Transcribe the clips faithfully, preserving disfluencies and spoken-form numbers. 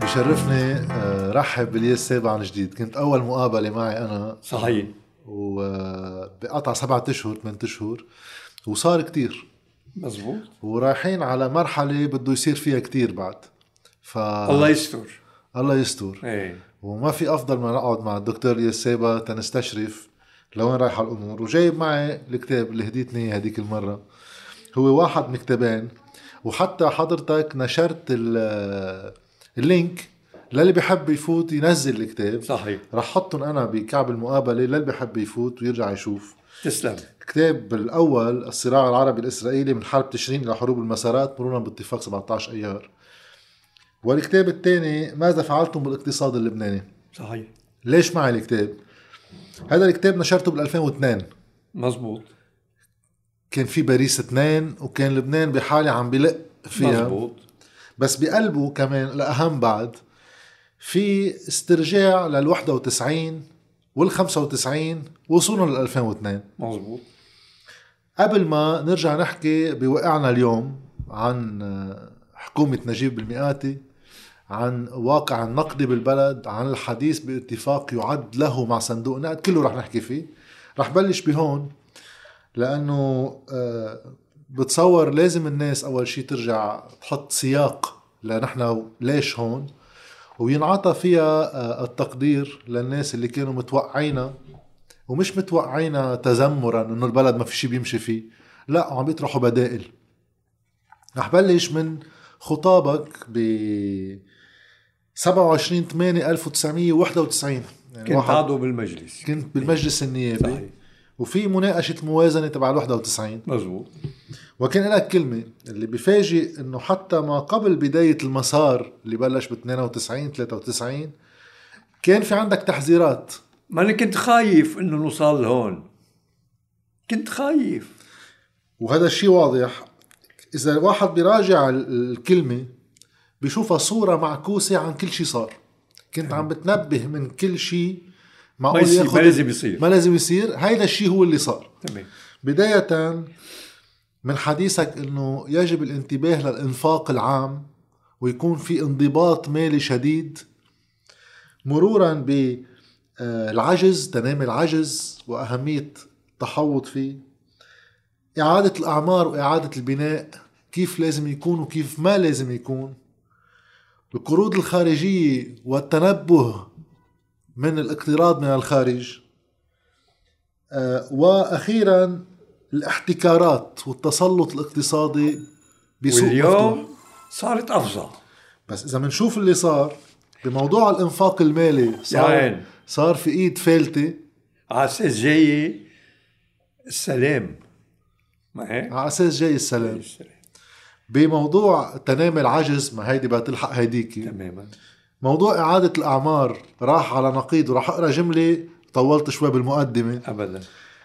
بشرفني آه، رحب بالياس سابع عن جديد. كنت أول مقابلة معي أنا صحيح، وبقطع سبعة أشهر ثمانية أشهر وصار كتير مزبوط. ورايحين على مرحلة بده يصير فيها كتير بعد. ف الله يستر. الله يستر. ايه وما في أفضل ما نقعد مع الدكتور الياس سابع تنستشرف لوين رايحة الأمور. وجايب معي الكتاب اللي هديتني هديك المرة، هو واحد من كتابين، وحتى حضرتك نشرت اللينك للي بيحب يفوت ينزل الكتاب. صحيح، رح حطهم أنا بكعب المقابلة للي بيحب يفوت ويرجع يشوف. تسلم. كتاب الأول الصراع العربي الإسرائيلي من حرب تشرين إلى حروب المسارات مرورا باتفاق سبعة عشر أيار. والكتاب الثاني ماذا فعلتم بالاقتصاد اللبناني. صحيح، ليش معي الكتاب؟ هذا الكتاب نشرته بال ألفين واثنين، مزبوط. كان في باريس اثنين وكان لبنان بحالة عم بلق فيها. مزبوط. بس بقلبه كمان الأهم بعد في استرجاع للوحدة وتسعين والخمسة وتسعين وصولا للألفين واثنين. مزبوط. قبل ما نرجع نحكي بوقعنا اليوم عن حكومة نجيب بالمئاتي، عن واقع النقدي بالبلد، عن الحديث باتفاق يعد له مع صندوق النقد، كله رح نحكي فيه. رح بلش بهون لأنه بتصور لازم الناس أول شي ترجع تحط سياق لنحن ليش هون، وينعطى فيها التقدير للناس اللي كانوا متوقعينا ومش متوقعينا تذمرا انه البلد ما في شي بيمشي فيه، لا عم بيطرحوا بدائل. رح بلش من خطابك ب سبعة وعشرين ثمانية ألف وتسعمية وواحد وتسعين، يعني كنت عضو بالمجلس، كنت بالمجلس النيابي. صحيح. وفي مناقشة الموازنة تبع الواحدة وتسعين. مزبوط. وكان لك كلمة اللي بيفاجئ انه حتى ما قبل بداية المسار اللي بلش ب اثنين وتسعين ثلاثة وتسعين كان في عندك تحذيرات. ما أنا كنت خايف إنه نوصل لهون، كنت خايف. وهذا الشيء واضح إذا الواحد بيراجع الكلمة بيشوفها صورة معكوسة عن كل شيء صار. كنت عم بتنبه من كل شيء ما, يصير ما لازم يصير ما لازم يصير هيدا الشيء هو اللي صار. تمام. بداية من حديثك إنه يجب الانتباه للإنفاق العام ويكون في انضباط مالي شديد، مرورا بالعجز، تنامي العجز وأهمية التحوط فيه، إعادة الأعمار وإعادة البناء كيف لازم يكون وكيف ما لازم يكون، القروض الخارجية والتنبه من الاقتراض من الخارج، آه وأخيرا الاحتكارات والتسلط الاقتصادي بسوق واليوم مفتوح. صارت أفظع. بس إذا منشوف اللي صار بموضوع الإنفاق المالي، صار, صار في إيد فالتة على أساس جاي السلام. ما هيك؟ على أساس جاي السلام. جاي السلام. بموضوع تنامي العجز، ما هيدي بتلحق هيديكي تماما. موضوع إعادة الأعمار راح على نقيض، وراح أقرأ جملة طولت شوي بالمقدمة أبدا.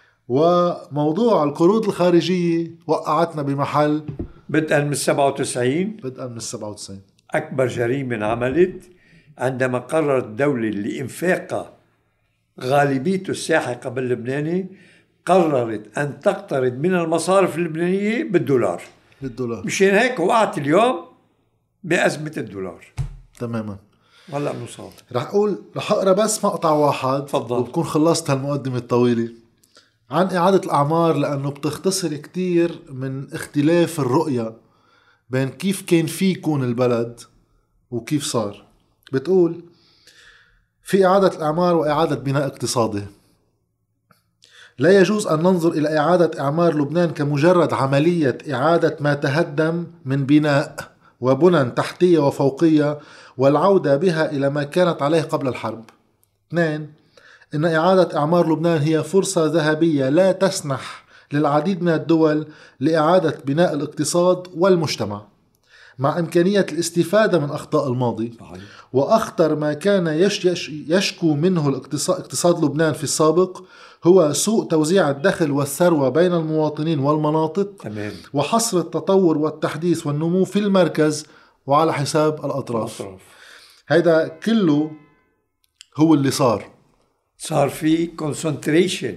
وموضوع القروض الخارجية وقعتنا بمحل بدءا من السبعة وتسعين. بدءا من السبعة وتسعين أكبر جريمة عملت عندما قررت الدولة لإنفاق غالبيته الساحقة باللبناني، قررت أن تقترض من المصارف اللبنانية بالدولار. بالدولار. مشان هيك وقعت اليوم بأزمة الدولار. تماما. هلا بنوصل. رح أقول رح أقرأ بس مقطع واحد. تفضل. وبكون خلصت هالمقدمة الطويلة عن إعادة الأعمار، لأنه بتختصر كتير من اختلاف الرؤية بين كيف كان في يكون البلد وكيف صار. بتقول في إعادة الأعمار وإعادة بناء اقتصادي، لا يجوز أن ننظر إلى إعادة أعمار لبنان كمجرد عملية إعادة ما تهدم من بناء وبنى تحتية وفوقية والعودة بها إلى ما كانت عليه قبل الحرب. اثنين، إن إعادة أعمار لبنان هي فرصة ذهبية لا تسنح للعديد من الدول لإعادة بناء الاقتصاد والمجتمع مع إمكانية الاستفادة من أخطاء الماضي. صحيح. وأخطر ما كان يش يش يشكو منه الاقتصاد اقتصاد لبنان في السابق هو سوء توزيع الدخل والثروة بين المواطنين والمناطق. تمام. وحصر التطور والتحديث والنمو في المركز وعلى حساب الأطراف. الأطراف. هيدا كله هو اللي صار. صار في concentration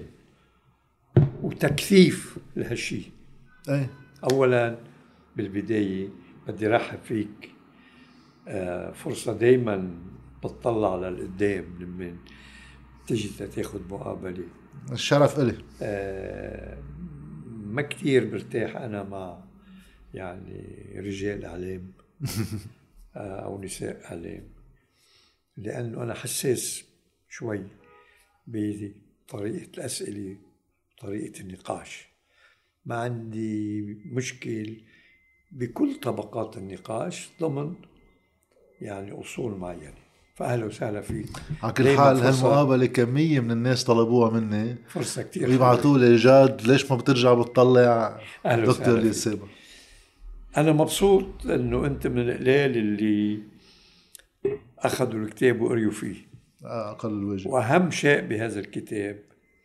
وتكثيف لهالشيء. أي. أولا بالبداية بدي رحب فيك آه فرصة دايما بتطلع للقدام لما تجي تاخد مقابلة. الشرف إلي. آه ما كتير برتاح أنا مع يعني رجال أعلام آه أو نساء أعلام، لأنه أنا حساس شوي بطريقة الأسئلة وطريقة النقاش. ما عندي مشكل بكل طبقات النقاش ضمن يعني أصول معينة. فأهلا وسهلا فيك. على كل حال هالمقابلة كمية من الناس طلبوها مني، فرصة كتير ويبعثوا لي جاد ليش ما بترجع بتطلع دكتور لي السابق. أنا مبسوط أنه أنت من القلال اللي أخذوا الكتاب وقريوا فيه أقل الوجه. وأهم شيء بهذا الكتاب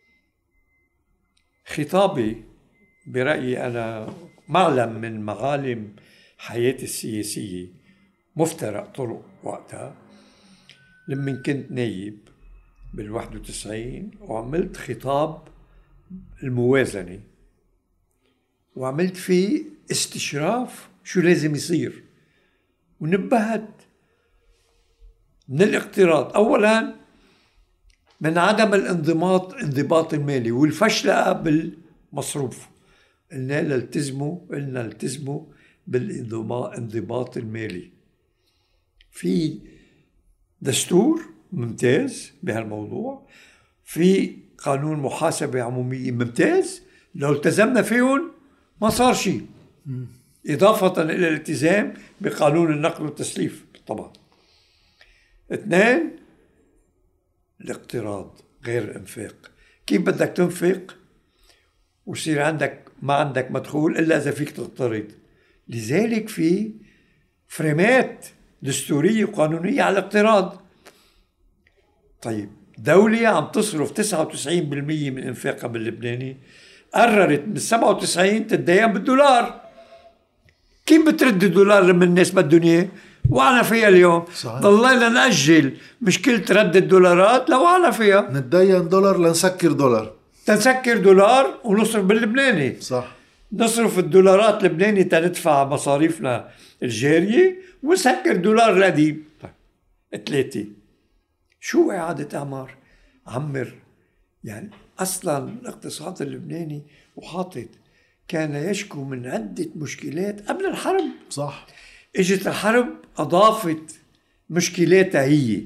خطابي برأيي أنا معلم من معالم حياتي السياسية، مفترق طرق وقتها لما كنت نايب بالواحد وتسعين، وعملت خطاب الموازنة وعملت فيه استشراف شو لازم يصير، ونبهت من الاقتراض أولا من عدم الانضباط انضباط المالي والفشلة بالمصروف. قلنا التزموا قلنا التزموا بالانضباط المالي. في دستور ممتاز بهالموضوع، في قانون محاسبة عمومية ممتاز، لو التزمنا فيهم ما صار شيء، إضافة إلى الالتزام بقانون النقل والتسليف طبعا. اثنين، الاقتراض غير الانفاق. كيف بدك تنفق ويصير عندك ما عندك مدخول إلا إذا فيك تقترض؟ لذلك في فريمات دستورية وقانونية على الاقتراض. طيب دولة عم تصرف تسعة وتسعين بالمئة من انفاقها باللبناني قررت من سبعة وتسعين تدين بالدولار. كيف بترد الدولار لما الناس بدهم اياه؟ وعنا فيها اليوم. ضلينا نأجل مشكلة رد الدولارات لو وعنا فيها. ندين دولار لنسكر دولار، تنسكر دولار ونصرف باللبناني. صح. نصرف الدولارات لبناني تندفع مصاريفنا الجارية ونسكر دولار القديم. طيب ثلاثة، شو إعادة أعمار؟ عمر يعني أصلا الاقتصاد اللبناني وحاطط كان يشكو من عدة مشكلات قبل الحرب. صح. اجت الحرب أضافت مشكلاتها هي.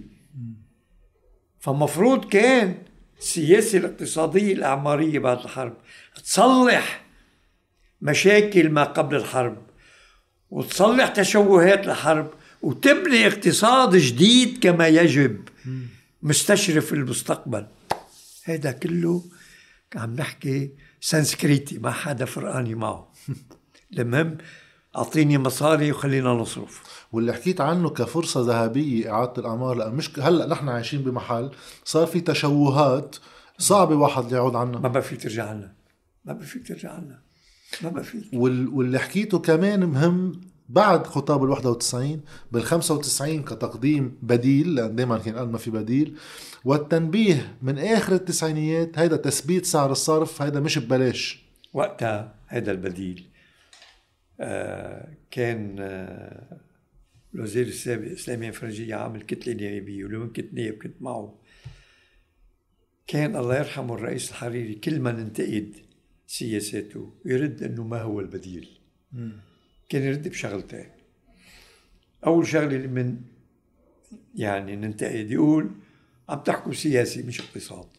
فمفروض كان السياسة الاقتصادية الأعمارية بعد الحرب تصلح مشاكل ما قبل الحرب وتصلح تشوهات الحرب وتبني اقتصاد جديد كما يجب مستشرف المستقبل. هذا كله عم نحكي سانسكريتي، ما حدا فرقاني معه. المهم أعطيني مصاري وخلينا نصرف. واللي حكيت عنه كفرصة ذهبية إعادة الأعمار، لأن مش هلأ نحن عايشين بمحل صار في تشوهات صعبة واحد يعود عنها. ما بقى فيك ترجع لنا، ما بقى فيك ترجع لنا، ما بقى فيك. وال... واللي حكيته كمان مهم بعد خطاب الواحد وتسعين بالخمسة وتسعين كتقديم بديل، لأن دايما كان قال ما في بديل، والتنبيه من آخر التسعينيات هيدا تثبيت سعر الصرف، هيدا مش ببلاش. وقتها هيدا البديل آه كان آه الوزير السابق سليمان فرنجية عامل كتلة نيابية، ولما كنت نائب كنت معه. كان الله يرحمه الرئيس الحريري كل ما ننتقد سياساته يرد انه ما هو البديل. م. كان يرد بشغلتين. اول شغله من يعني ننتقد يقول عم تحكوا سياسي مش اقتصاد.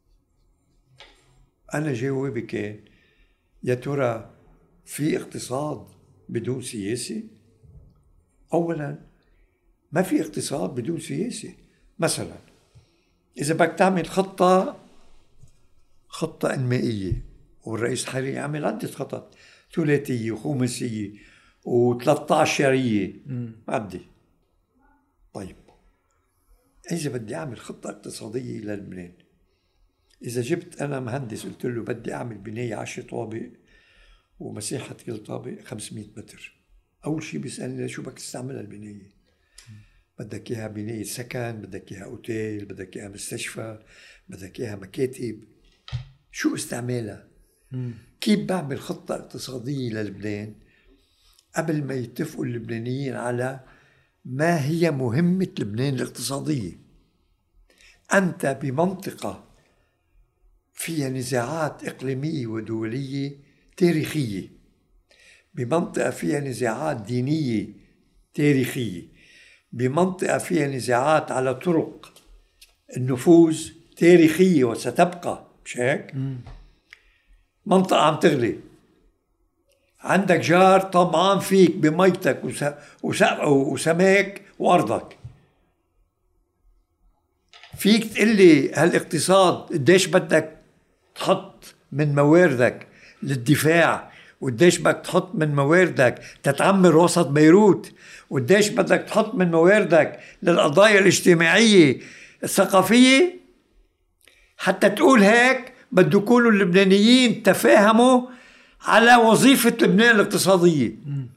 انا جوابي كان يا ترى في اقتصاد بدون سياسي؟ اولا ما في اقتصاد بدون سياسي. مثلا اذا بدك تعمل خطه خطه انمائيه، والرئيس الحريري عمل عده خطط ثلاثيه وخماسيه وثلاثة عشريه عدي. طيب اذا بدي اعمل خطه اقتصاديه للبنان، اذا جبت انا مهندس قلت له بدي اعمل بنايه عشر طوابق ومساحه كل طابق خمسمئة متر، اول شيء بيسالني شو بدك تستعملها البنايه؟ بدك اياها بنايه سكن، بدك اياها اوتيل، بدك اياها مستشفى، بدك اياها مكاتب، شو استعمالها؟ مم. كيف بعمل خطه اقتصاديه للبنان قبل ما يتفقوا اللبنانيين على ما هي مهمة لبنان الاقتصادية؟ أنت بمنطقة فيها نزاعات إقليمية ودولية تاريخية، بمنطقة فيها نزاعات دينية تاريخية، بمنطقة فيها نزاعات على طرق النفوذ تاريخية وستبقى، مش هيك؟ منطقة عم تغلي، عندك جار طمعان فيك بميتك وسماك وأرضك، فيك تقلي هالاقتصاد قديش بدك تحط من مواردك للدفاع، وقديش بدك تحط من مواردك تتعمر وسط بيروت، وقديش بدك تحط من مواردك للقضايا الاجتماعية الثقافية. حتى تقول هيك بده يكونوا اللبنانيين تفاهموا على وظيفة لبنان الاقتصادية.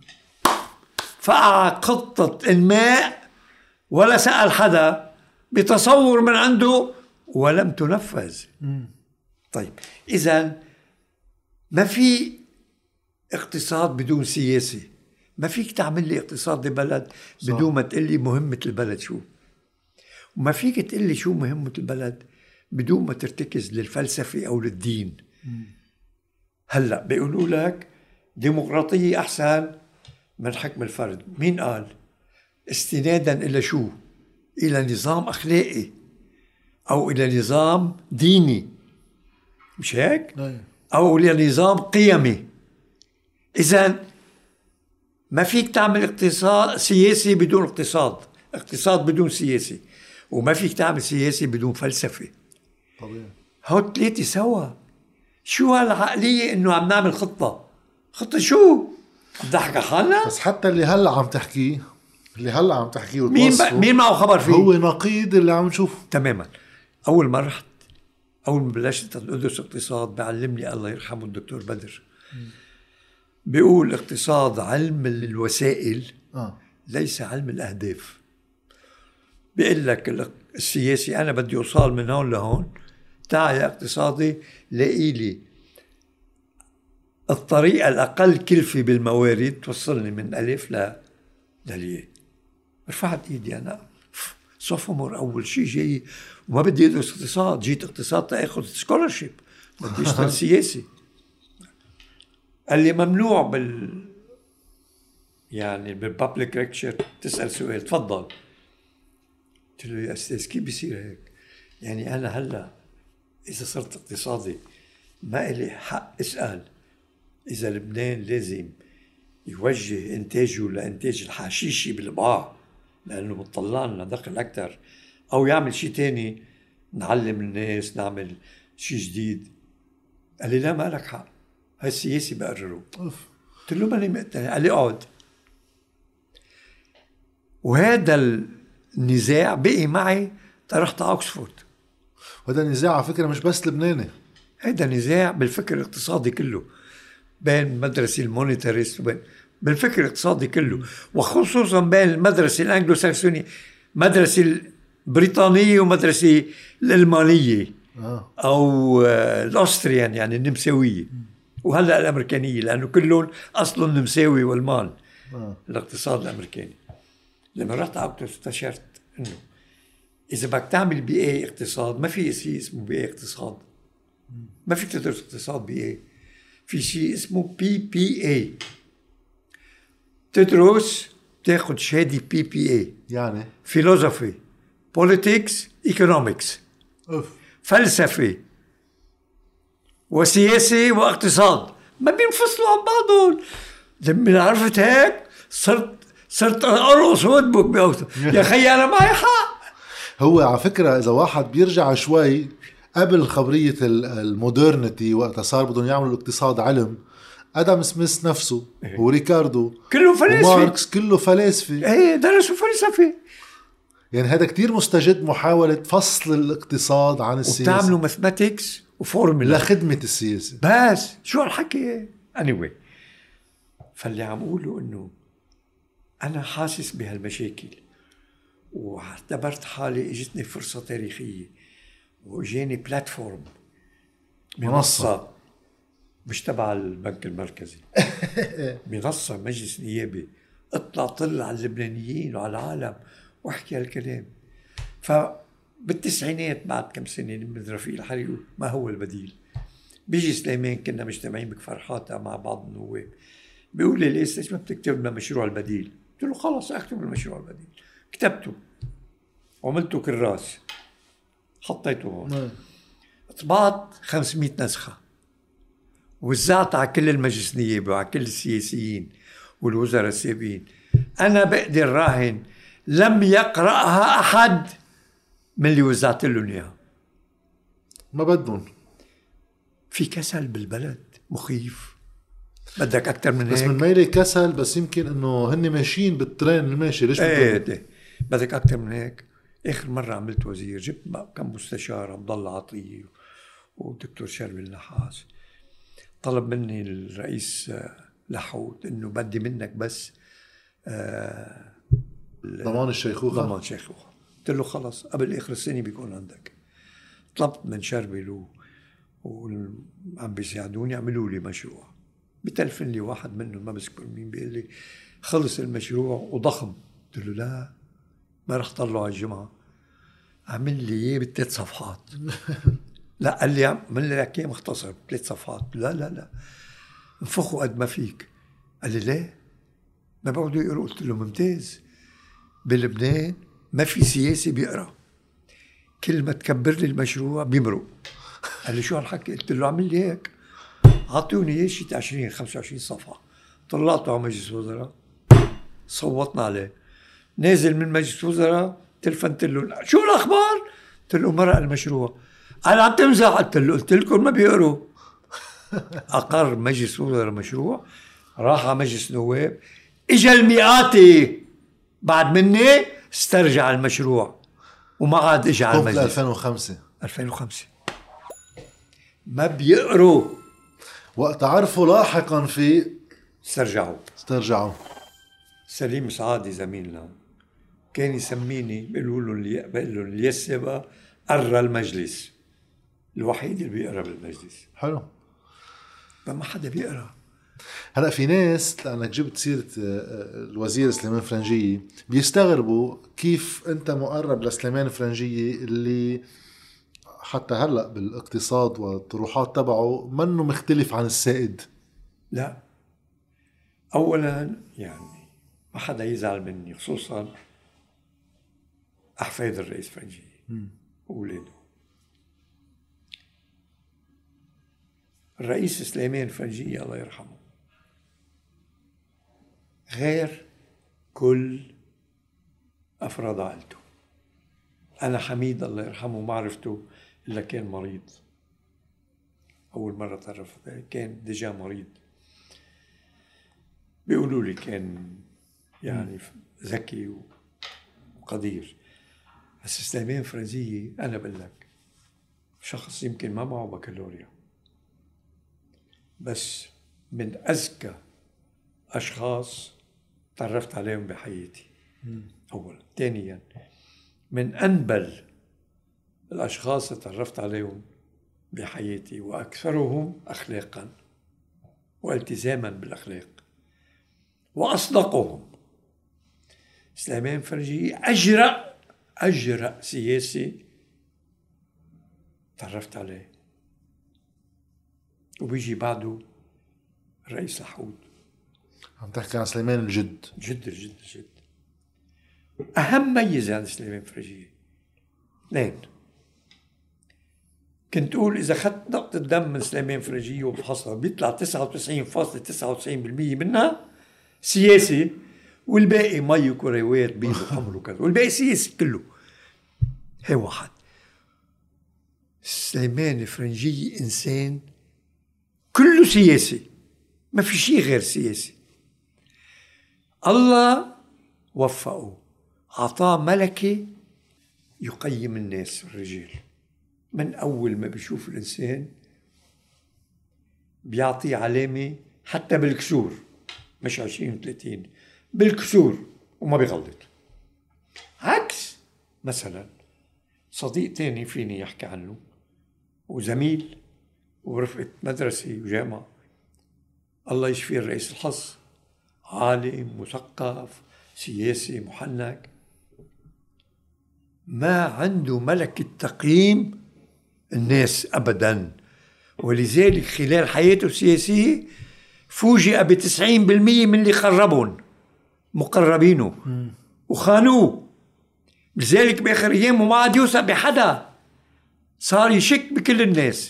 فقع خطة إنماء ولا سأل حدا بتصور من عنده ولم تنفذ. طيب إذن ما في اقتصاد بدون سياسة. ما فيك تعمل لي اقتصاد لبلد بدون ما تقول لي مهمة البلد شو، وما فيك تقول لي شو مهمة البلد بدون ما ترتكز للفلسفة أو للدين. هلأ بيقولوا لك ديمقراطية أحسن من حكم الفرد. مين قال؟ استنادا إلى شو؟ إلى نظام أخلاقي أو إلى نظام ديني، مش هيك؟ أو إلى نظام قيمي. إذن ما فيك تعمل اقتصاد سياسي بدون اقتصاد، اقتصاد بدون سياسي، وما فيك تعمل سياسي بدون فلسفة. طبيعي. هو ثلاثة سوا. شو هالعقلية إنه عم نعمل خطة؟ خطة شو؟ عم نضحك على حالنا؟ بس حتى اللي هلا عم تحكيه اللي هلا عم تحكيه مين مين معه خبر فيه؟ هو نقيض اللي عم نشوفه تماما. أول ما رحت أول ما بلشت أدرس اقتصاد بعلمني الله يرحمه الدكتور بدر، بيقول اقتصاد علم الوسائل آه. ليس علم الأهداف. بيقول لك السياسي أنا بدي أوصل من هون لهون، تعال يا اقتصادي لاقي لي الطريقة الأقل كلفة بالموارد توصلني من ألف ل للياء. رفعت إيدي أنا سوفومور أول شيء جاي وما بدي أدرس اقتصاد، جيت اقتصاد تأخذ سكولرشيب، بدي أشتغل سياسي. قال لي ممنوع بال يعني بالبابليك ليكتشر تسأل سؤال، تفضل. قلت له يا أستاذ كيف بيصير هيك؟ يعني أنا هلا إذا صرت اقتصادي ما إلي حق أسأل إذا لبنان لازم يوجه إنتاجه لإنتاج الحشيشي بالبقاع لأنه بتطلع لنا دخل أكتر، أو يعمل شيء تاني نعلم الناس نعمل شيء جديد. قال لي لا ما لك حق، هاي السياسي بقرره. قلت له ماني مقتنع. قال لي اقعد. وهذا النزاع بقي معي رحت على اوكسفورد. وهذا النزاع على فكرة مش بس لبناني، هذا نزاع بالفكر الاقتصادي كله بين مدرسة المونيتاريست وبين بالفكر الاقتصادي كله، وخصوصا بين المدرسة الانجلو ساكسونية، مدرسة البريطانية ومدرسة الألمانية آه. أو الأستريان يعني النمساوية، وهلأ الأمريكانية لأنه كلهم أصلهم نمساوي والمان آه. الاقتصاد الأمريكاني. لما رحت عقدت استشرت إنه إذا بدك تعمل بي اي اقتصاد ما في شيء اسمه بي اي اقتصاد، ما فيك تدرس اقتصاد بي اي، في شيء اسمه بي بي اي، تدرس تاخد شهادة بي بي اي يعني فيلوسوفي بوليتيكس ايكونومكس فلسفة وسياسة واقتصاد، ما بينفصلوا عن بعضهم. لما عرفت هيك صرت صرت أرقص وأدبك بأوتو يا خي أنا معي حق. هو على فكرة إذا واحد بيرجع شوي قبل خبرية المودرنتي وقتها صار بدهم يعملوا الاقتصاد علم، آدم سميث نفسه وريكاردو كله فلاسفة وماركس كله فلاسفة ايه درسوا فلسفة. يعني هذا كتير مستجد محاولة فصل الاقتصاد عن السياسة، وبتعملوا ماثماتيكس وفورمولا لخدمة السياسة. بس شو هالحكي anyway. فاللي عم قوله انه انا حاسس بهالمشاكل واعتبرت حالي اجتني فرصة تاريخية واجاني بلاتفورم منصة مش تبع البنك المركزي منصة مجلس نيابي اطلع طلع على اللبنانيين وعلى العالم واحكي هالكلام. فبالتسعينات بعد كم سنة من رفيق الحري يقول ما هو البديل؟ بيجي سليمان كنا مجتمعين بكفر حاطة مع بعض النواب، بيقول لي ليش ليش ما بتكتب لنا مشروع البديل؟ قلت له خلاص اكتب المشروع البديل. كتبته وعملته كراس حطيته هون، طبعت خمسمية نسخة وزعتها على كل المجلس النيابي وعلى كل السياسيين والوزراء السابقين. أنا بقدر راهن لم يقرأها أحد من اللي وزعت لهم إياها. ما بدهم، في كسل بالبلد مخيف، بدك أكتر من بس هيك؟ من ميلي كسل، بس يمكن إنه هن ماشيين بالترين اللي ماشي. ليش ايه ده بدك أكتر من هيك؟ آخر مرة عملت وزير جبت كم مستشار، عبد الله عطية ودكتور شربي النحاس. طلب مني الرئيس لحوت إنه بدي منك بس آه ضمان الشيخوخة. ضمان شيخوخة. قلت له خلص قبل آخر السنة بيكون عندك. طلبت من شربي وعم بيساعدوني يعملوا لي مشروع، بتلفن لي واحد منهم ما بذكر مين، بيقول لي خلص المشروع وضخم. قلت له لا ما رح طلعه على الجمعة، عمل لي اياه بثلاث صفحات. لا قال لي عمل لي لك اياه مختصر بثلاث صفحات. لا لا لا انفخوا قد ما فيك. قال لي ليه ما بقعدوا يقروا؟ قلت له ممتاز، بلبنان ما في سياسي بيقرا، كل ما تكبر لي المشروع بيمرق. قال لي شو هالحكي؟ قلت له عمل لي هيك، عطوني اياه شي عشرين خمسة وعشرين صفحة. طلعته على مجلس وزراء صوتنا عليه، نازل من مجلس وزراء تلفنت له شو الاخبار؟ قلت له مرق المشروع. قال عم تمزح؟ قلت له قلت لكم ما بيقروا. اقر مجلس وزراء مشروع، راح على مجلس نواب، اجى المئاتي بعد مني استرجع المشروع وما عاد اجى على المجلس. ألفين وخمسة ألفين وخمسة ما بيقروا. وقت عرفوا لاحقا في استرجعوا استرجعوا. سليم سعادي زميلنا كان يسميني بيقولوا له اللي بقول له اللي يسبق قرى المجلس، الوحيد اللي بيقرا بالمجلس. حلو. فما حدا بيقرا. هلا في ناس لانك جبت سيره الوزير سليمان فرنجية بيستغربوا كيف انت مقرب لسليمان فرنجية اللي حتى هلا بالاقتصاد والطروحات تبعه منه مختلف عن السائد. لا اولا يعني ما حدا يزعل مني، خصوصا احفاد الرئيس فرنجية واولاده. الرئيس سليمان فرنجية الله يرحمه غير كل أفراد عائلته. أنا حميد الله يرحمه ما عرفته إلا كان مريض، أول مرة تعرف كان ديجا مريض. بيقولوا لي كان يعني ذكي وقدير. بس سليمان فرنجية أنا بقول لك شخص يمكن ما معه بكالوريا، بس من أذكى أشخاص تعرفت عليهم بحياتي. أولا. ثانيا من أنبل الأشخاص تعرفت عليهم بحياتي، وأكثرهم أخلاقا والتزاما بالأخلاق، وأصدقهم. سليمان فرنجية أجرأ أجرأ سياسي تعرفت عليه. وبيجي بعده الرئيس لحود. عم تحكي عن سليمان الجد. جد جد جد. أهم ميزة عند سليمان فرنجية اثنين. كنت أقول إذا أخذت نقطة دم من سليمان فرنجية وبفحصها بيطلع تسعة وتسعين فاصلة تسعة وتسعين بالمية منها سياسي، والباقي مي وكروات بيض وحمر وكذا، والباقي سياسي كله. هي واحد. سليمان فرنجية إنسان كله سياسي، ما في شيء غير سياسي. الله وفقه، عطاه ملكة يقيم الناس الرجال. من أول ما بيشوف الإنسان بيعطيه علامة حتى بالكسور، مش عشرين وثلاثين بالكسور، وما بيغلط. عكس مثلا صديق تاني فيني يحكي عنه وزميل ورفقة مدرسة وجامعة، الله يشفيه الرئيس الحظ، عالم مثقف سياسي محنك، ما عنده ملكة تقييم الناس أبدا. ولذلك خلال حياته السياسية فوجئ بتسعين بالمية من اللي خربون مقربينه وخانوه. لذلك بآخر أيامه ما عاد يوثق بحدا، صار يشك بكل الناس.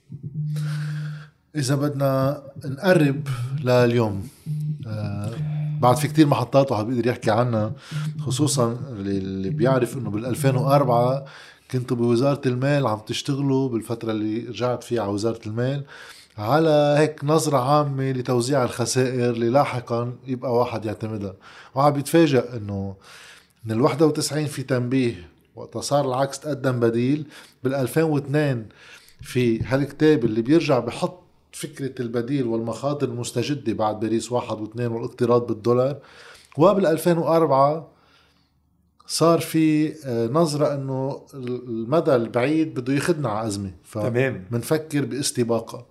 إذا بدنا نقرب لليوم، آه بعد في كتير محطات واحد بيقدر يحكي عنها، خصوصا اللي بيعرف إنه بالألفين وأربعة كنتوا بوزارة المال عم تشتغلوا بالفترة اللي رجعت فيها على وزارة المال على هيك نظرة عامة لتوزيع الخسائر اللي لاحقا يبقى واحد يعتمدها. وعم بيتفاجأ إنه من الواحدة وتسعين في تنبيه، وقت صار العكس تقدم بديل. بالألفين واثنين في هالكتاب اللي بيرجع بحط فكرة البديل والمخاطر المستجدة بعد باريس واحد واثنين والاقتراض بالدولار. وبالألفين وأربعة صار في نظرة انه المدى البعيد بده يخدنا على أزمة، فمنفكر باستباقة.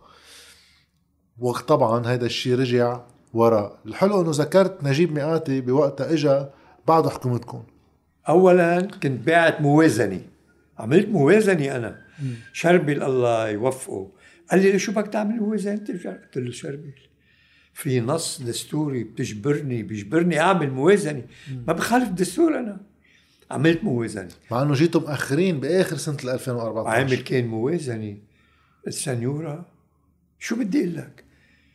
وطبعا هذا الشيء رجع وراء. الحلو انه ذكرت نجيب مئاتي بوقتها اجا بعد حكومتكم. اولا كنت باعت موازنة، عملت موازنة انا. شربل الله يوفقه قال لي شو بدك تعمل موازنة ترجع؟ قلت له شربل في نص دستوري بتجبرني بيجبرني اعمل موازنة، ما بخالف الدستور. انا عملت موازنة مع انه جيتوا مأخرين باخر سنة ألفين وأربعة عشر. عامل كان موازنة السنيورة. شو بدي اقول لك؟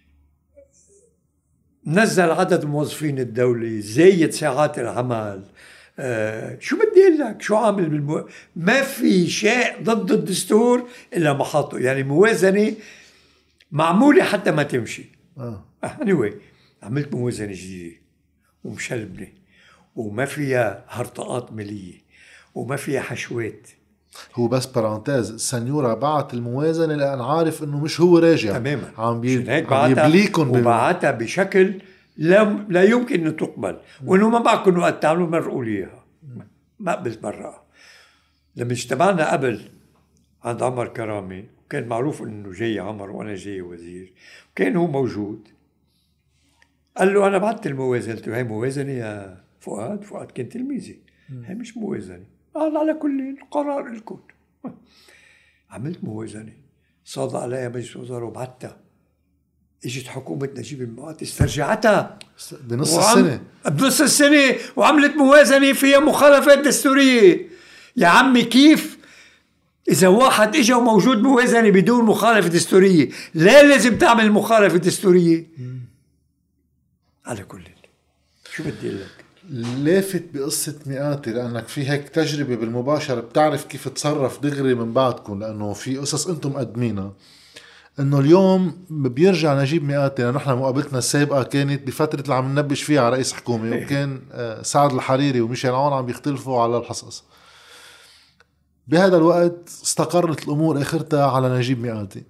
نزل عدد موظفين الدولة، زايد ساعات العمل. آه شو بدي اقول لك؟ شو عامل بالمو... ما في شيء ضد الدستور الا ما حاطه. يعني موازنة معمولة حتى ما تمشي. اه anyway عملت موازنة جديدة ومشلبنة وما فيها هرطقات مالية وما فيها حشوات. هو بس بارانتاز، السنيورة بعت الموازنة لأن عارف إنه مش هو راجع تماما، عم, بي... عم يبليكن وبعتها بشكل لا, لا يمكن أن تقبل، وإنه ما بعكم وقت تعملوا مرقوا ليها. ما قبلت مرة. لما اجتمعنا قبل عند عمر كرامي، كان معروف إنه جاي عمر وأنا جاي وزير، وكان هو موجود. قال له أنا بعت الموازنة. قلت له هاي موازنة يا فؤاد؟ فؤاد كان تلميذي. هاي مش موازنة. قال على كل القرار لكم. عملت موازنة صاد عليها مجلس وزراء وبعتها. اجت حكومة نجيب مئاتي استرجعتها بنص وعم... السنة بنص السنة وعملت موازنة فيها مخالفات دستورية. يا عمي كيف إذا واحد إجا وموجود موازنة بدون مخالفة دستورية لا لازم تعمل مخالفة دستورية؟ م. على كل شو بدي لك لافت بقصة مئاتي لأنك في هيك تجربة بالمباشرة بتعرف كيف تصرف دغري من بعدكم، لأنه في قصص أنتم مقدمينها. إنه اليوم بيرجع نجيب مئاتي، لأنه نحن مقابلتنا السابقة كانت بفترة اللي عم ننبش فيها على رئيس حكومة، وكان سعد الحريري وميشيل عون عم بيختلفوا على الحصص. بهذا الوقت استقرت الأمور آخرتها على نجيب مئاتي.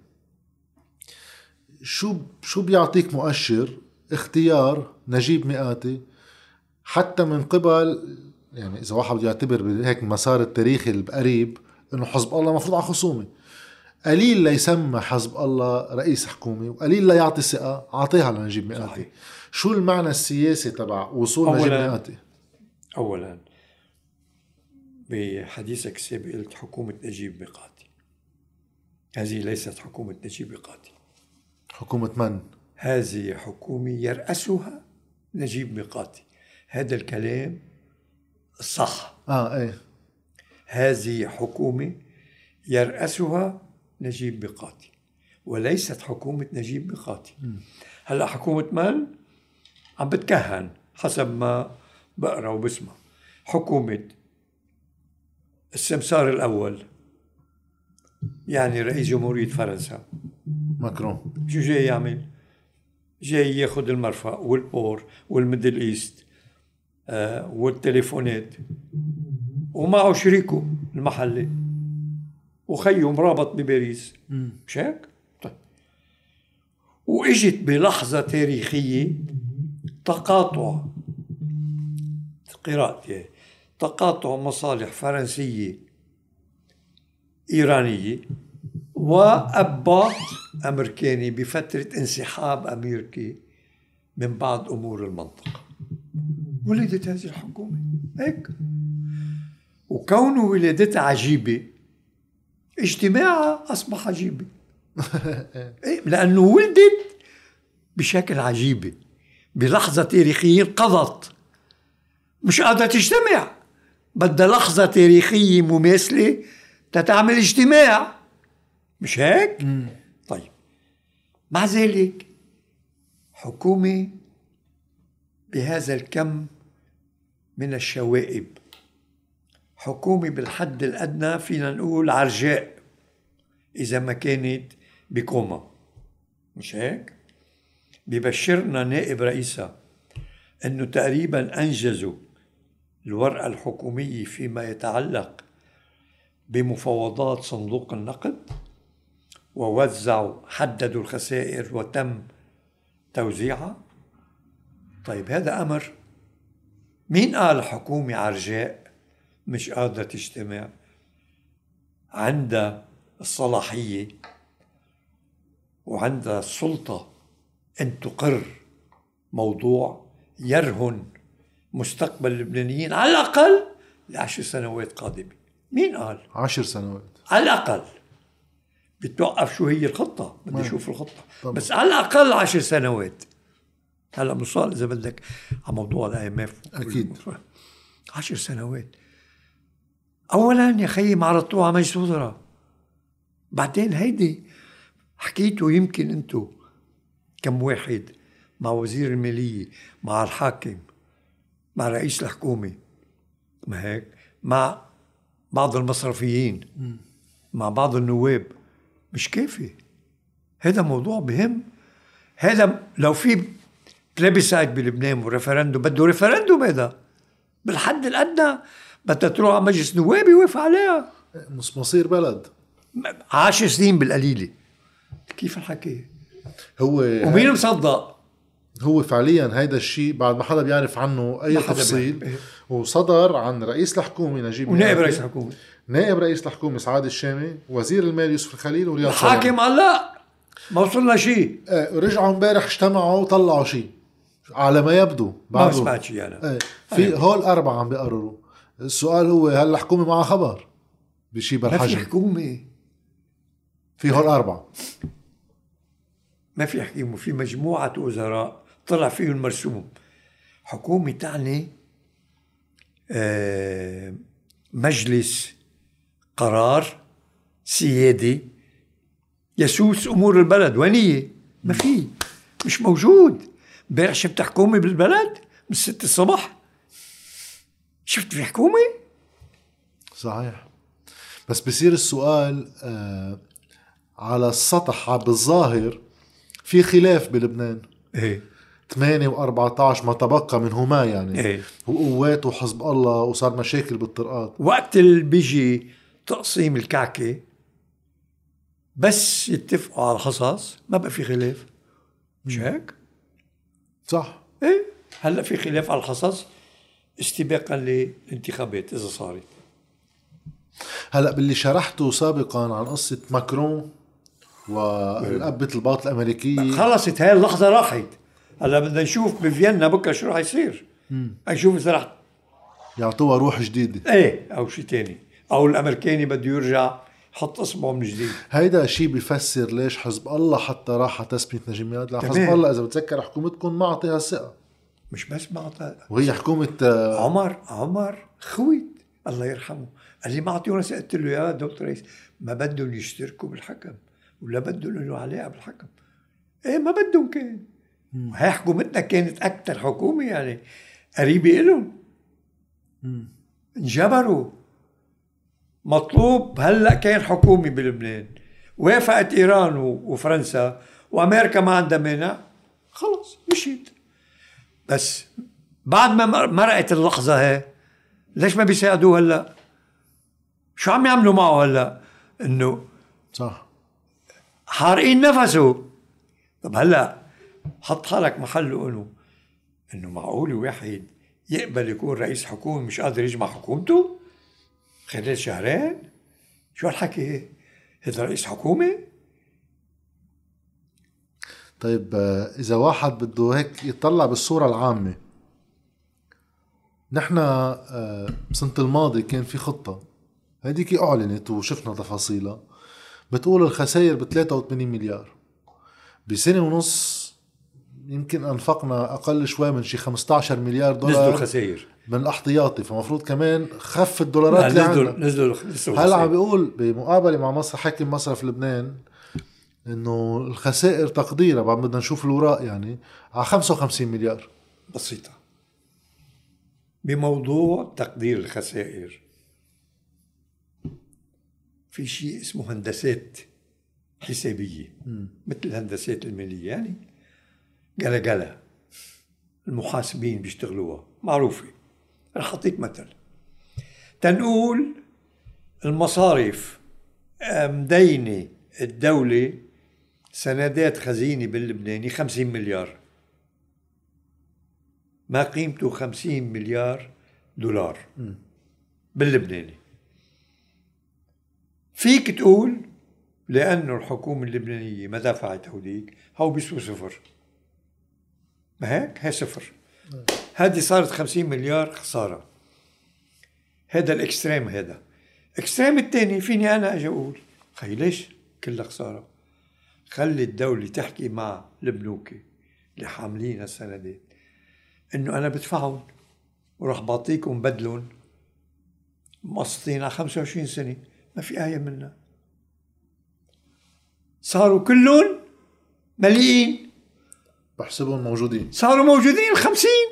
شو شو بيعطيك مؤشر اختيار نجيب مئاتي حتى من قبل، يعني إذا واحد بده يعتبر بهيك المسار التاريخي القريب إنه حزب الله مفروض على خصومة، قليل لا يسمى حزب الله رئيس حكومة وقليل لا يعطي ثقة عطيها لنجيب مئاتي. شو المعنى السياسي تبع وصول نجيب مئاتي؟ أولا بحديثك السابق قلت حكومة نجيب مئاتي. هذه ليست حكومة نجيب مئاتي. حكومة من؟ هذه حكومة يرأسها نجيب مئاتي. هذا الكلام صح. آه إيه. هذه حكومة يرأسها نجيب مئاتي وليست حكومة نجيب مئاتي. هلأ حكومة من؟ عم بتكهن حسب ما بقرأ وبسمع. حكومة السمسار الأول، يعني رئيس جمهورية فرنسا ماكرون. شو جاي يعمل؟ جاي ياخد المرفأ والبور والميدل إيست آه والتليفونات، ومعه شريكه المحلي وخيه مرابط بباريس. مش هيك؟ طيب. واجت بلحظة تاريخية تقاطع قراءتي تقاطع مصالح فرنسية إيرانية وأباط أمريكاني بفترة انسحاب أمريكي من بعض أمور المنطقة. ولدت هذه الحكومة هيك، وكونه ولادتها عجيبة اجتماعها أصبح عجيبة. لأنه ولدت بشكل عجيبة بلحظة تاريخية انقضت، مش قادرة تجتمع، بدها لحظة تاريخية مماثلة تتعمل اجتماع، مش هيك؟ مم. طيب، مع ذلك حكومة بهذا الكم من الشوائب، حكومة بالحد الأدنى فينا نقول عرجاء إذا ما كانت بكوما، مش هيك؟ ببشرنا نائب رئيسها أنه تقريبا أنجزوا الورقة الحكومية فيما يتعلق بمفاوضات صندوق النقد، ووزعوا حددوا الخسائر وتم توزيعها. طيب، هذا أمر مين قال حكومة عرجاء مش قادرة تجتمع؟ عندها الصلاحية وعندها السلطة أن تقر موضوع يرهن مستقبل اللبنانيين على الأقل لعشر سنوات قادمة. مين قال؟ عشر سنوات على الأقل. بتوقف شو هي الخطة، بدي أشوف الخطة طبعا. بس على الأقل عشر سنوات. هلأ بنوصل إذا بدك على موضوع ال آي إم إف أكيد. عشر سنوات. أولا يا خيي معرضتوها على مجلس وزراء، بعدين هيدي حكيتوا يمكن أنتو كم واحد مع وزير المالية، مع الحاكم، مع رئيس الحكومة، ما هيك، مع بعض المصرفيين، مع بعض النواب، مش كافي. هذا موضوع مهم. هذا لو في بلبسايت بلبنان وريفرندوم، بده ريفرندوم، هذا بالحد الأدنى بدها تروح على مجلس نواب يوافق عليها. مش مصير بلد عشر سنين بالقليلة. كيف الحكي؟ هو ومين مصدق؟ هو فعليا هيدا الشيء بعد ما حدا بيعرف عنه اي تفصيل، وصدر عن رئيس الحكومة نجيب ونائب مئاتي، رئيس الحكومة، نائب رئيس الحكومة سعاد الشامي، وزير المال يوسف الخليل، ورياض الحاكم قال لا ما وصلنا شيء. آه رجعوا امبارح اجتمعوا وطلعوا شيء على ما يبدو. ما سمعت شيء أنا. آه في هول أربعة عم بيقرروا. السؤال هو هل الحكومة معها خبر بشيء ما في بالحجم؟ حكومة، في هول أربعة ما في حكومة، في مجموعة وزراء طلع فيه المرسوم. حكومة تعني آه مجلس قرار سيادي يسوس أمور البلد. وينية؟ ما في، مش موجود. امبارح شفت حكومة بالبلد من ستة الصبح؟ شفت في حكومة؟ صحيح. بس بصير السؤال آه على السطح بالظاهر في خلاف بلبنان. ايه ثمانية وأربعة عشر ما تبقى منهما يعني ايه، وقوات وحزب الله، وصار مشاكل بالطرقات. وقت اللي بيجي تقسيم الكعكة بس يتفقوا على الحصص ما بقى في خلاف، مش هيك؟ صح. ايه، هلا في خلاف على الحصص استباقا للانتخابات اذا صارت. هلا باللي شرحته سابقا عن قصة ماكرون والقبة الباط الأمريكية، خلصت هاي اللحظة، راحت. هلا بدنا نشوف بفيينا بكره شو راح يصير. نشوف اذا راح يعطوها روح جديدة. ايه او شيء تاني، او الامريكاني بده يرجع يحط اصبعه من جديد. هيدا شيء بيفسر ليش حزب الله حتى راح تثبيت نجيب ميلاد. لأن حزب الله إذا بتذكر حكومتكم ما أعطيها الثقة، مش بس ما أعطى، وهي حكومة عمر عمر خويت الله يرحمه قال لي ما أعطيونا ثقة. قلت له يا دكتور رئيس ما بدهم يشتركوا بالحكم ولا بدهم له علاقة بالحكم. ايه ما بدهم كان. وهي حكومتنا كانت أكثر حكومة يعني قريبة إلهم، انجبروا. مطلوب هلأ كان حكومة بلبنان، وافقت إيران وفرنسا وأمريكا ما عندها مانع، خلص مشيت. بس بعد ما مرقت اللحظة هي ليش ما بيساعدوه هلأ؟ شو عم يعملوا معه هلأ؟ إنه صح حارقين نفسه. طب هلأ حط حالك محله، إنه إنه معقول واحد يقبل يكون رئيس حكومة مش قادر يجمع حكومته خلال شهرين؟ شو هالحكي؟ هذا رئيس حكومة؟ طيب إذا واحد بده هيك يطلع بالصورة العامة، نحن سنة الماضي كان في خطة هذيك أعلنت وشفنا تفاصيلها، بتقول الخسائر ب ثلاثة وثمانين مليار. بسنة ونص يمكن أنفقنا أقل شوي من شي خمسة عشر مليار دولار نزلوا الخسائر من الاحتياطي، فمفروض كمان خف الدولارات اللي نزلوا عندنا. نزلوا هلا عم بيقول بمقابلة مع مصر حاكم مصرف لبنان إنه الخسائر تقديرها بعد بدنا نشوف الوراق يعني على خمسة وخمسين مليار. بسيطة. بموضوع تقدير الخسائر في شيء اسمه هندسات حسابية م. مثل الهندسات المالية، يعني قلا قلا المحاسبين بيشتغلوها معروفة. رح أعطيك مثل. تنقول المصارف مدينة الدولة سندات خزينة باللبناني خمسين مليار، ما قيمته خمسين مليار دولار م. باللبناني. فيك تقول لأنه الحكومة اللبنانية ما دفعت هوديك، هو بيسوي صفر، ما هيك؟ هي صفر. هذه صارت خمسين مليار خسارة. هذا الإكستريم. هذا إكستريم التاني فيني أنا أجي أقول خي ليش كلها خسارة؟ خلي الدولة تحكي مع البنوك اللي حاملين السندات إنه أنا بدفعهم وراح بعطيكم بدلهم مقسطين على خمسة وعشرين سنة، ما في آية منها. صاروا كلهم مليئين، بحسبهم موجودين، صاروا موجودين الخمسين.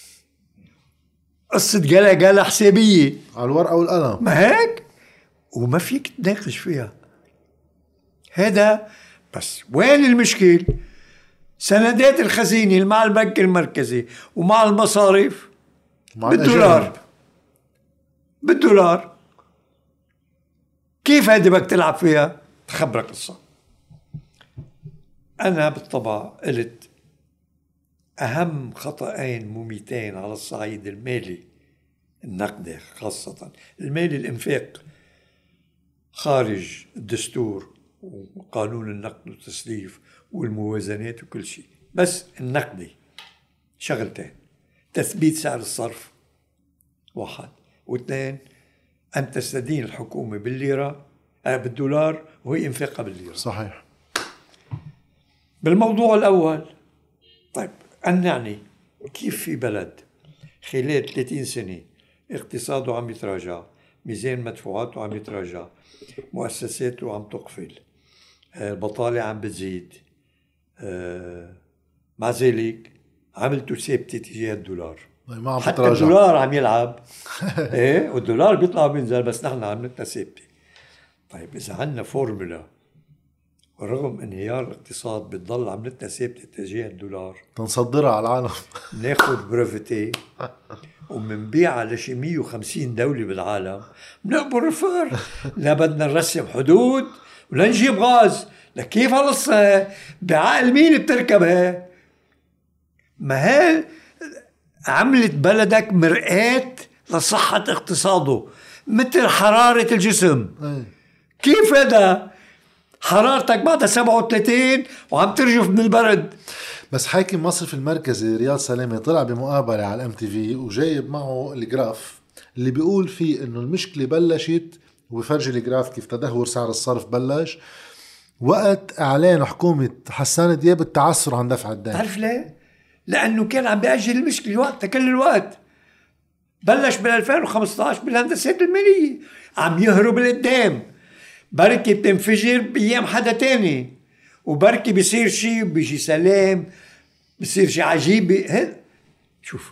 قصة قلا قلا حسابية على الورقة والقلم، ما هيك؟ وما فيك تناقش فيها. هذا بس. وين المشكل؟ سندات الخزينة مع البنك المركزي ومع المصارف بالدولار بالدولار. كيف هذه بدك تلعب فيها؟ تخبرك قصة. أنا بالطبع قلت أهم خطأين مميتين على الصعيد المالي النقدي، خاصة المالي الإنفاق خارج الدستور وقانون النقد والتسليف والموازنات وكل شيء، بس النقدي شغلتين: تثبيت سعر الصرف واحد، واثنين أن تستدين الحكومة بالليرة آه بالدولار وهي انفاقها بالليرة. صحيح. بالموضوع الأول، طيب أن يعني كيف في بلد خلال ثلاثين سنة اقتصاده عم يتراجع، ميزان مدفوعاته عم يتراجع، مؤسساته عم تقفل، البطالة عم بتزيد، مع ذلك عملته ثابتة تجاه الدولار، ما حتى بتراجع. الدولار عم يلعب ايه، والدولار بيطلع بينزل، بس نحن عملتنا ثابتة. طيب إذا عندنا فورمولا ورغم انهيار الاقتصاد بتضل عملتنا ثابتة تجاه الدولار، تنصدرها على العالم ناخد بروفتي ومنبيعها لشي مية وخمسين دولة بالعالم، بنقبر الفقر. لا بدنا نرسم حدود ولا نجيب غاز. لكيف هالقصة؟ بعقل مين بتركبها؟ ما هي عملت بلدك مرآة لصحة اقتصاده مثل حرارة الجسم. كيف هذا؟ حرارتك بعد سبعة وثلاثين وعم ترجف من البرد. بس حاكم مصرف المركزي رياض سلامة طلع بمقابلة على الام تي في وجايب معه الجراف اللي بيقول فيه انه المشكلة بلشت، وبفرجي الجراف كيف تدهور سعر الصرف بلش وقت اعلان حكومة حسان دياب التعثر عن دفع الدين. تعرف ليه؟ لانه كان عم بيأجل المشكلة وقتها كل الوقت. بلش بال ألفين وخمسة عشر بالهندسات المالية، عم يهرب لقدام، بركي بتنفجر بأيام حدا تاني، وبركي بيصير شيء بيجي سلام، بيصير شيء عجيب. هل شوف،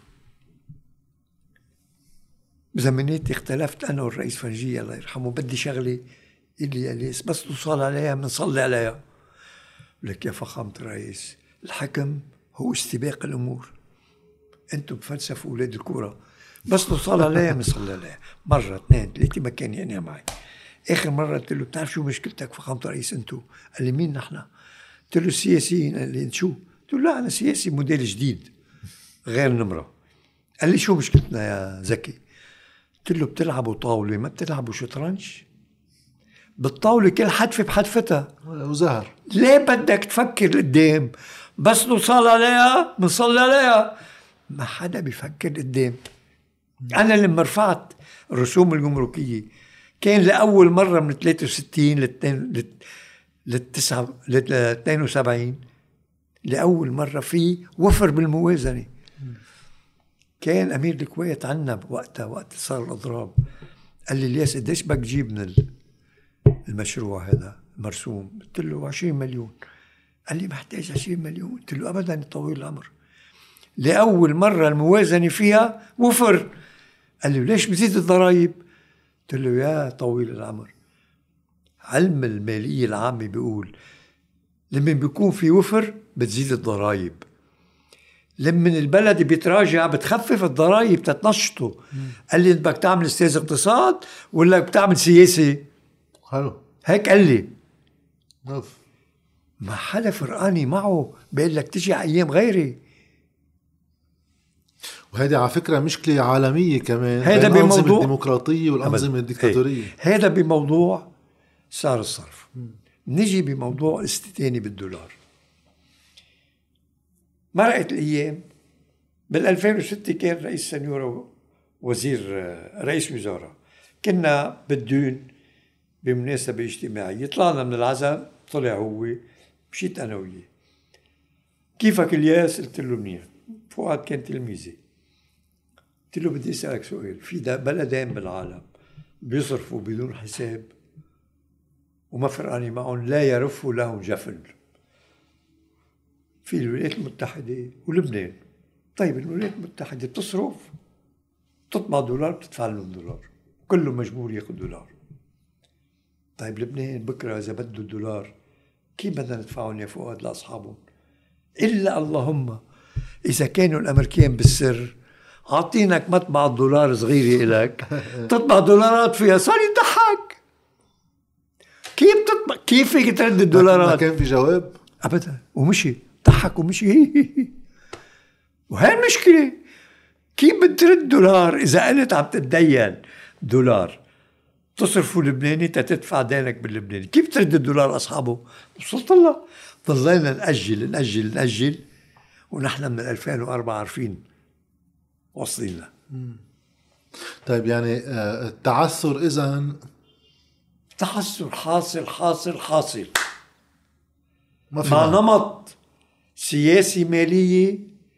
بزمنيتي اختلفت أنا والرئيس فرنجية الله يرحمه، بدي شغلة اللي أليس بس توصل عليها بنصلي عليها. لك يا فخامة الرئيس، الحكم هو استباق الأمور، أنتم بفلسفة أولاد الكورة، بس توصل عليها بنصلي عليها. مرة اثنين ثلاثة ما كان يعني معي. آخر مرة قلت له بتعرف شو مشكلتك فخامة الرئيس أنتو؟ قال لي مين نحن؟ قلت له السياسيين. قال لي شو؟ قلت له لا أنا سياسي موديل جديد غير نمرة. قال لي شو مشكلتنا يا زكي؟ قلت له بتلعبوا طاولة ما بتلعبوا شطرنج؟ بالطاولة كل حدفة بحدفتها. وزهر. ليه بدك تفكر قدام؟ بس نوصل عليها بنصلي عليها. ما حدا بيفكر قدام. أنا لما رفعت الرسوم الجمركية كان لأول مرة من ثلاثة وستين للتسعة لاثنين وسبعين لأول مرة في وفر بالموازنة. كان أمير الكويت عنا وقتها وقت صار الأضراب قال لي الياس قديش بدك تجيب من المشروع هذا مرسوم؟ قلت له عشرين مليون. قال لي محتاج عشرين مليون. قلت له أبدا طويل العمر، لأول مرة الموازنة فيها وفر. قال لي ليش بزيد الضرائب؟ قلت له يا طويل العمر، علم المالية العامة بيقول لما بيكون في وفر بتزيد الضرائب، لما البلد بيتراجع بتخفف الضرائب تتنشطه. قال لي انت بدك تعمل استاذ اقتصاد ولا بدك تعمل سياسي؟ حلو هيك قال لي. نف. ما حدا فرقاني معه بيقول لك تجي ايام غيري. وهذه على فكرة مشكلة عالمية كمان، هذا الأنظمة الديمقراطية والأنظمة الديكتاتورية. هذا بموضوع صار الصرف. نجي بموضوع الاستثاني بالدولار. مرقت الأيام بال ألفين وستة كان رئيس سنيورة وزير رئيس وزراء، كنا بالدون بمناسبة اجتماعية، طلعنا من العزاء، طلع هو، مشيت أنا وياه. كيفك الياس؟ قلت له منيح. فؤاد كان تلميذي. قلت له بدي أسألك سؤال، في بلدين بالعالم بيصرفوا بدون حساب وما فرقاني معهم، لا يرفوا لهم جفل، في الولايات المتحدة ولبنان. طيب الولايات المتحدة بتصرف، تطبع دولار بتدفع لهم دولار، كله مجبور ياخذ دولار. طيب لبنان بكرة إذا بده الدولار كيف بدنا ندفعهم يا فؤاد لأصحابهم؟ إلا اللهم إذا كانوا الأمريكان بالسر عاطينك مطبع دولار صغيرة إلك تطبع دولارات فيها. صار يضحك، كيف تطبع؟ كيف فيك ترد الدولارات؟ ما كان في جواب أبدا، ومشي ضحك ومشي. وهي المشكلة، كيف بترد دولار إذا قلت عم تتدين دولار تصرفوا لبناني تتدفع دينك باللبناني؟ كيف ترد الدولار أصحابه؟ وصلت الله. ضلينا نأجل نأجل نأجل ونحن من ألفين وأربعة عارفين وصلنا. طيب يعني التعثر إذن تعثر حاصل حاصل حاصل ما مع نمط سياسي مالية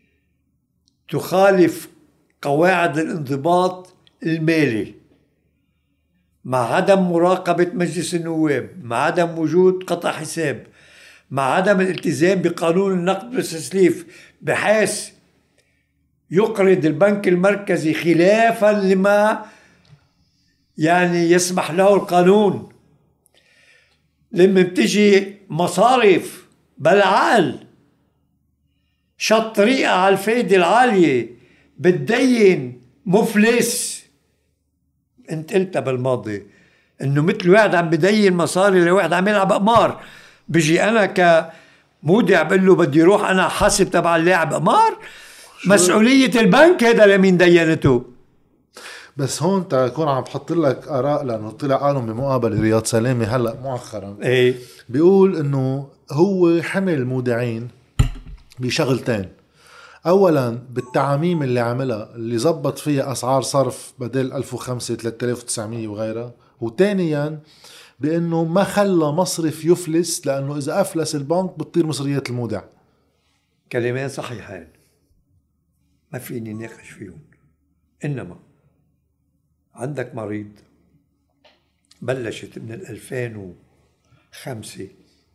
تخالف قواعد الانضباط المالي، مع عدم مراقبة مجلس النواب، مع عدم وجود قطع حساب، مع عدم الالتزام بقانون النقد والتسليف بحيث يقرض البنك المركزي خلافا لما يعني يسمح له القانون. لما بتجي مصارف بالعقل شط طريقة على الفايدة العالية بتدين مفلس. انت قلتها بالماضي انه مثل واحد عم بدين مصاري لواحد عم يلعب قمار، بيجي انا كمودع بقول له بدي روح انا حاسب تبع اللاعب قمار. مسؤولية البنك هذا لمين دينته. بس هون تكون عم بحط لك آراء، لأنه طلع قالهم بمقابلة رياض سلامة هلأ مؤخرا ايه بيقول إنه هو حمل المودعين بشغلتين. أولا بالتعاميم اللي عملها اللي زبط فيها أسعار صرف بدل ألف وخمسة ثلاثة آلاف وتسعمية وغيرها، وثانيا بأنه ما خلى مصرف يفلس، لأنه إذا أفلس البنك بتطير مصريات المودع. كلمات صحيحين ما فيني ناقش فيهم. إنما عندك مريض بلشت من ألفين وخمسة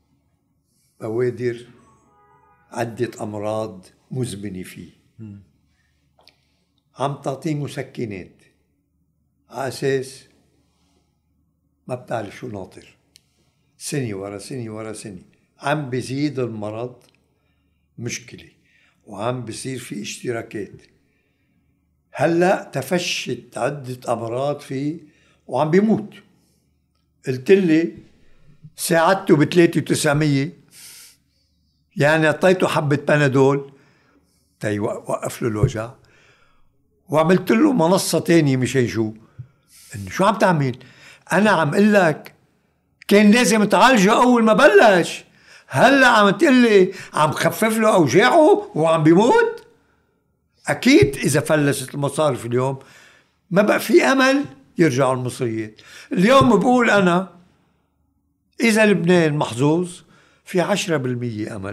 بوادر عدة أمراض مزمنة فيه، عم تعطيه مسكنات على أساس ما بتعرف شو ناطر، سنة ورا سنة ورا سنة عم بيزيد المرض مشكلة وعم بيصير في اشتراكات. هلأ تفشت عدة أمراض فيه وعم بيموت. قلت لي ساعدته بثلاثة وتسعمية، يعني اعطيته حبة بنادول تي وقف له الوجع، وعملت له منصة تانية مشان شو؟ إنه شو عم تعمل؟ أنا عم قل لك كان لازم تعالجه أول ما بلش. هلا عم تقلي عم خفف له أوجاعه وعم بيموت. أكيد إذا فلست المصارف اليوم ما بقى في أمل يرجعوا المصريين. اليوم بقول أنا إذا لبنان محظوظ في عشرة بالمية أمل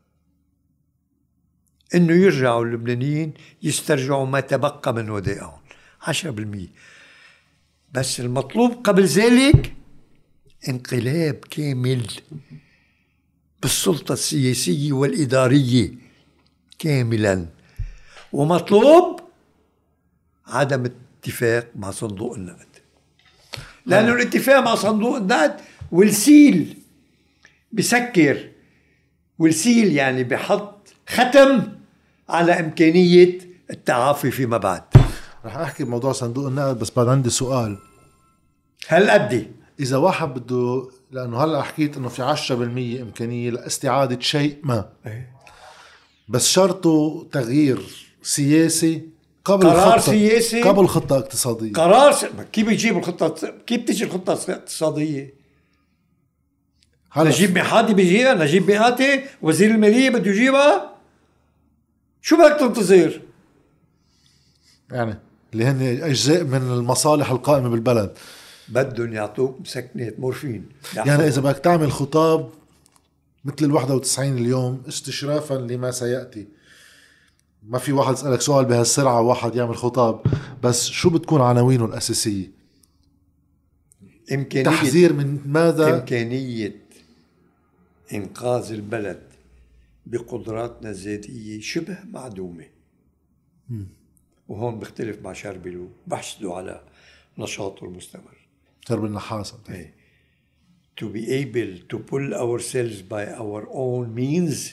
إنه يرجعوا اللبنانيين يسترجعوا ما تبقى من ودائعهم. عشرة بالمية. بس المطلوب قبل ذلك انقلاب كامل بالسلطة السياسية والإدارية كاملا. ومطلوب عدم اتفاق مع صندوق النقد، لأنه الاتفاق مع صندوق النقد والسيل بسكر، والسيل يعني بحط ختم على إمكانية التعافي فيما بعد. رح أحكي بموضوع صندوق النقد، بس بعد عندي سؤال. هل أدي إذا واحد بده، لأنه هلأ حكيت إنه في عشرة بالمية إمكانية لاستعادة شيء ما، بس شرطه تغيير سياسي قبل قرار خطة سياسي قبل خطة اقتصادية. قرار س... كيف يجيب الخطة؟ كيف تجي الخطة الاقتصادية؟ نجيب ميقاتي بيجيبها، نجيب ميقاتي وزير المالية بده يجيبها. شو بدك تنتظر؟ يعني اللي هن أجزاء من المصالح القائمة بالبلد بدهم يعطوك مسكنات مورفين. يعني إذا بدك تعمل خطاب مثل الواحدة وتسعين اليوم استشرافا لما سيأتي، ما في واحد يسألك سؤال بهالسرعة واحد يعمل خطاب، بس شو بتكون عناوينه الأساسية؟ إمكانية تحذير من ماذا؟ إمكانية إنقاذ البلد بقدراتنا الذاتية شبه معدومة. م. وهون بختلف مع شربلو، بحسدوا على نشاطه المستمر. شرب النحاس. hey. To be able to pull ourselves by our own means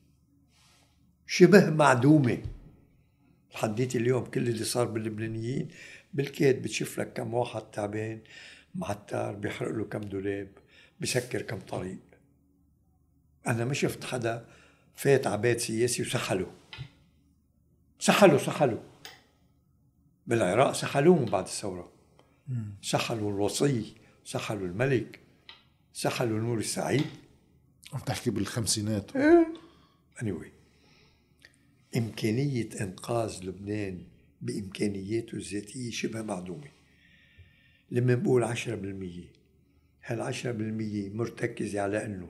شبه معدومة. حديت اليوم كل اللي صار باللبنانيين بالكاد بتشوف لك كم واحد تعبان معتر بيحرق له كم دولاب بسكر كم طريق. أنا ما شفت حدا فات عباد سياسي وسحله سحله سحله بالعراق سحلوهم بعد الثورة. سحلوا الوصي، سحلوا الملك، سحلوا نور السعيد. عم تحكي بالخمسينات. anyway. إمكانية إنقاذ لبنان بإمكانياته الذاتية شبه معدومة. لما نقول عشرة بالمية، هالعشرة بالمية مرتكزة على أنه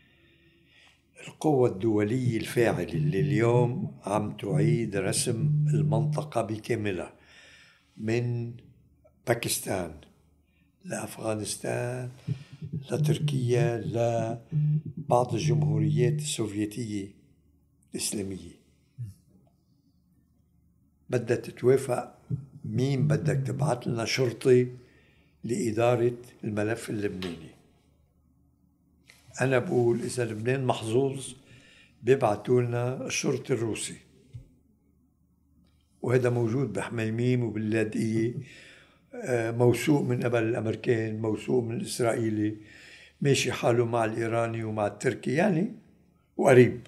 القوة الدولية الفاعلة اللي اليوم عم تعيد رسم المنطقة بكاملها من باكستان لأفغانستان لتركيا لبعض الجمهوريات السوفيتية الإسلامية، بدها تتوافق مين بدك تبعت لنا شرطي لإدارة الملف اللبناني. أنا بقول إذا لبنان محظوظ بيبعتوا لنا الشرطي الروسي، وهذا موجود بحميميم وباللاذقية، موثوق من قبل الأمريكان، موثوق من الإسرائيلي، ماشي حاله مع الإيراني ومع التركي يعني وقريب.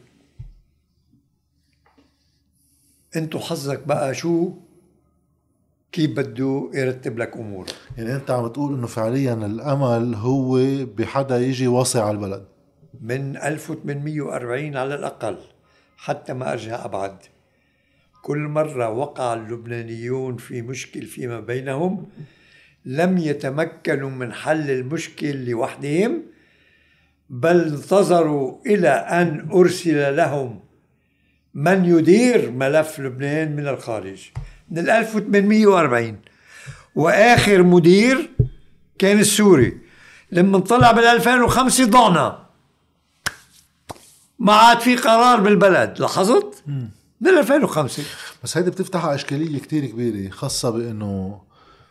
انتو حظك بقى شو كيف بده يرتب لك أمور. يعني أنت عم تقول إنه فعليا الأمل هو بحدا يجي واصي على البلد من ألف وثمانمية وأربعين على الأقل حتى ما أرجع أبعد. كل مرة وقع اللبنانيون في مشكل فيما بينهم لم يتمكنوا من حل المشكل لوحدهم، بل انتظروا إلى أن أرسل لهم من يدير ملف لبنان من الخارج من ألف وثمانمية وأربعين، وآخر مدير كان السوري. لما طلع بالألفين وخمسة ضعنا، ما عاد في قرار بالبلد. لاحظت؟ من ألفين وخمسة. بس هيدي بتفتح إشكالية كتير كبيرة، خاصة بأنه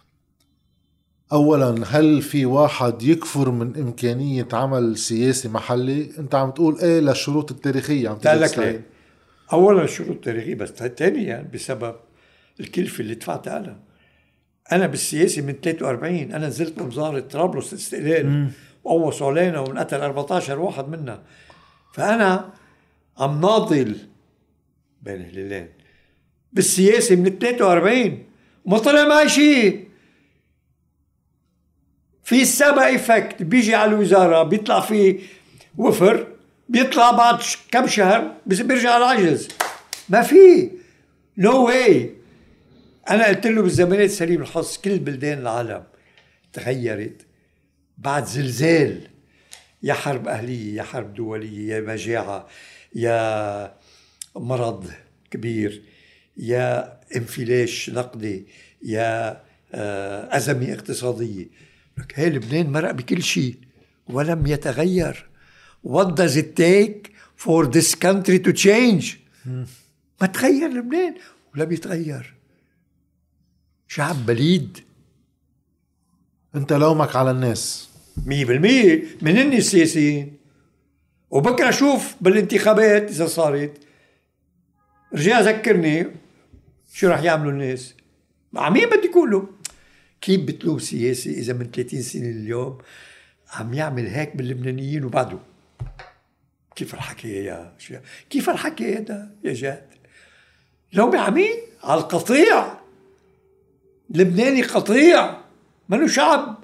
أولا هل في واحد يكفر من إمكانية عمل سياسي محلي؟ أنت عم تقول إيه للشروط التاريخية عم تقول أولا الشروط التاريخية، بس ثانيا بسبب الكلفة اللي دفعتها أنا. أنا بالسياسة من ثلاثة وأربعين أنا نزلت بمظاهرة طرابلس الاستقلال وقوصوا علينا ونقتل أربعة عشر واحد منا، فأنا عم ناضل بين هلالين بالسياسة من ثلاثة وأربعين وما طلع معي شيء. في السابا إيفكت، بيجي على الوزارة بيطلع فيه وفر، بيطلع بعد كم شهر بيرجع العجز. ما في نو no واي. أنا قلت له بالزمانات سليم الحظ كل بلدان العالم تغيرت بعد زلزال، يا حرب أهلية يا حرب دولية يا مجاعة يا مرض كبير يا انفلاش نقدي يا أزمة اقتصادية. لك هي لبنان مرق بكل شيء ولم يتغير. What does it take for this country to change؟ ما تغير لبنان ولا بيتغير. شعب بليد. انت لومك على الناس مية بالمية من السياسيين. وبكرة أشوف بالانتخابات إذا صارت رجع ذكرني شو رح يعملوا الناس. مع مين بدي يقولوا؟ كيف بتلوم سياسي إذا من ثلاثين سنة اليوم عم يعمل هيك باللبنانيين وبعده؟ كيف الحكي يا شو؟ كيف الحكي هذا يا جاد؟ لومي عمين على القطيع. لبناني قطيع منو شعب.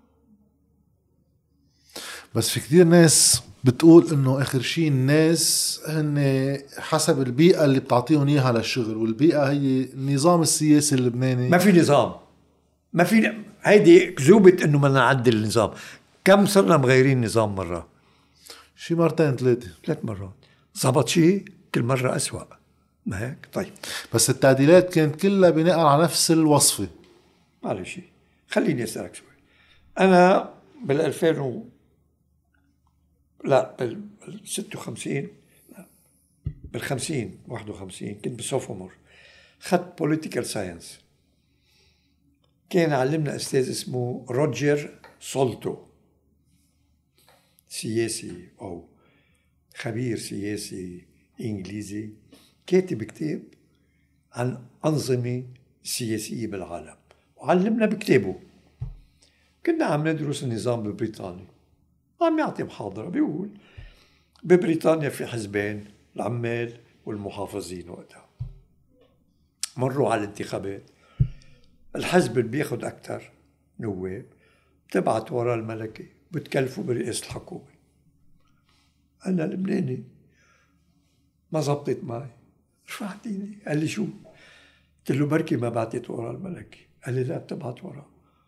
بس في كتير ناس بتقول انه اخر شيء الناس هن حسب البيئة اللي بتعطيهم اياها للشغل، والبيئة هي النظام السياسي اللبناني. ما في نظام، ما في. هيدي كذوبة انه بدنا نعدل النظام. كم صرنا مغيرين نظام مرة؟ شي مرتين ثلاثة ثلاث مرات. زبط شيء كل مرة أسوأ. ما هيك؟ طيب بس التعديلات كانت كلها بناء على نفس الوصفة. معلش خليني أسألك شوي. أنا بالألفين و... لا بالستة وخمسين لا بالخمسين واحد وخمسين كنت بسوفومور، خدت بوليتيكال ساينس. كان علمنا أستاذ اسمه روجر سولتو، سياسي أو خبير سياسي إنجليزي، كاتب كتاب عن أنظمة سياسية بالعالم وعلمنا بكتابه. كنا عم ندرس النظام ببريطانيا، عم يعطي محاضرة بيقول ببريطانيا في حزبين، العمال والمحافظين. وقتها مروا على الانتخابات، الحزب اللي بياخد أكتر نواب تبعت وراء الملكة بتكلفوا برئاسة الحكومة. أنا لبناني ما زبطت معي، رفعتيني. قال لي شو؟ قلت له بركي ما بعتت وراء الملكة. قال لي لا بتبعت وراء.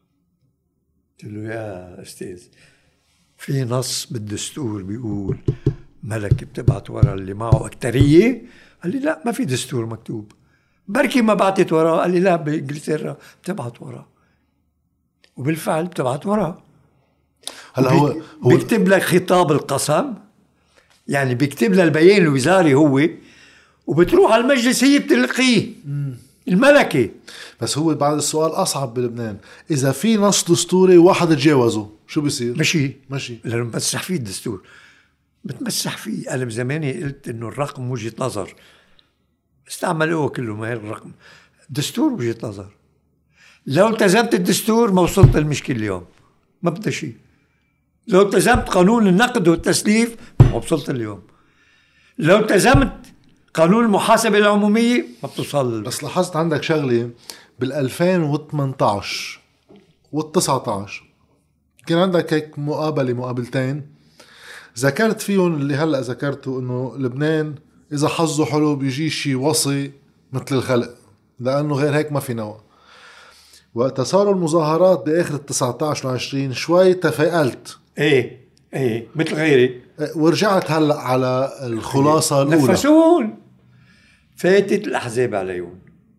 قلت له يا أستاذ في نص بالدستور بيقول ملكة بتبعت وراء اللي معه أكترية؟ قال لي لا ما في دستور مكتوب. بركي ما بعتت وراء. قال لي لا بإنجلترا بتبعت وراء، وبالفعل بتبعت وراء. هلا هو, هو بيكتب لك خطاب القسم، يعني بيكتب لها البيان الوزاري هو، وبتروح على المجلس هي بتلقيه الملكة. بس هو بعد السؤال أصعب بلبنان، إذا في نص دستوري واحد تجاوزه شو بيصير؟ مشي مشي لأنه بتمسح فيه الدستور، بتمسح فيه. أنا بزماني قلت إنه الرقم وجهة نظر، استعملوه كله ما هي الرقم، دستور وجهة نظر. لو التزمت الدستور ما وصلت المشكلة اليوم، ما بدها شيء. لو التزمت قانون النقد والتسليف ما وصلت اليوم. لو التزمت قانون المحاسبة العمومية ما بتوصل. بس لاحظت عندك شغلة بالألفين وثمانتعش والتسعتعش كان عندك هيك مقابلة مقابلتين ذكرت فيهم اللي هلأ ذكرته، إنه لبنان إذا حظه حلو بيجي شي وصي مثل الخلق، لأنه غير هيك ما في نوع. وقت صاروا المظاهرات بآخر التسعتعش وعشرين شوي تفائلت، ايه ايه مثل غيري، ورجعت هلأ على الخلاصة الأولى. نفسون. فاتت الأحزاب عليهم،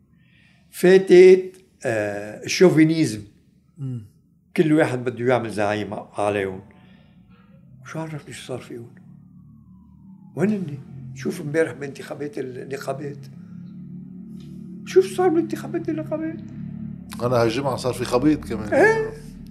فاتت آه الشوفينيزم، كل واحد بده يعمل زعيم عليهم. شو عرفني شو صار فيهم؟ وين اني شوف امبارح بانتخابات النقابات، شوف صار بانتخابات النقابات. أنا هالجمعة صار في خبيط كمان. ايه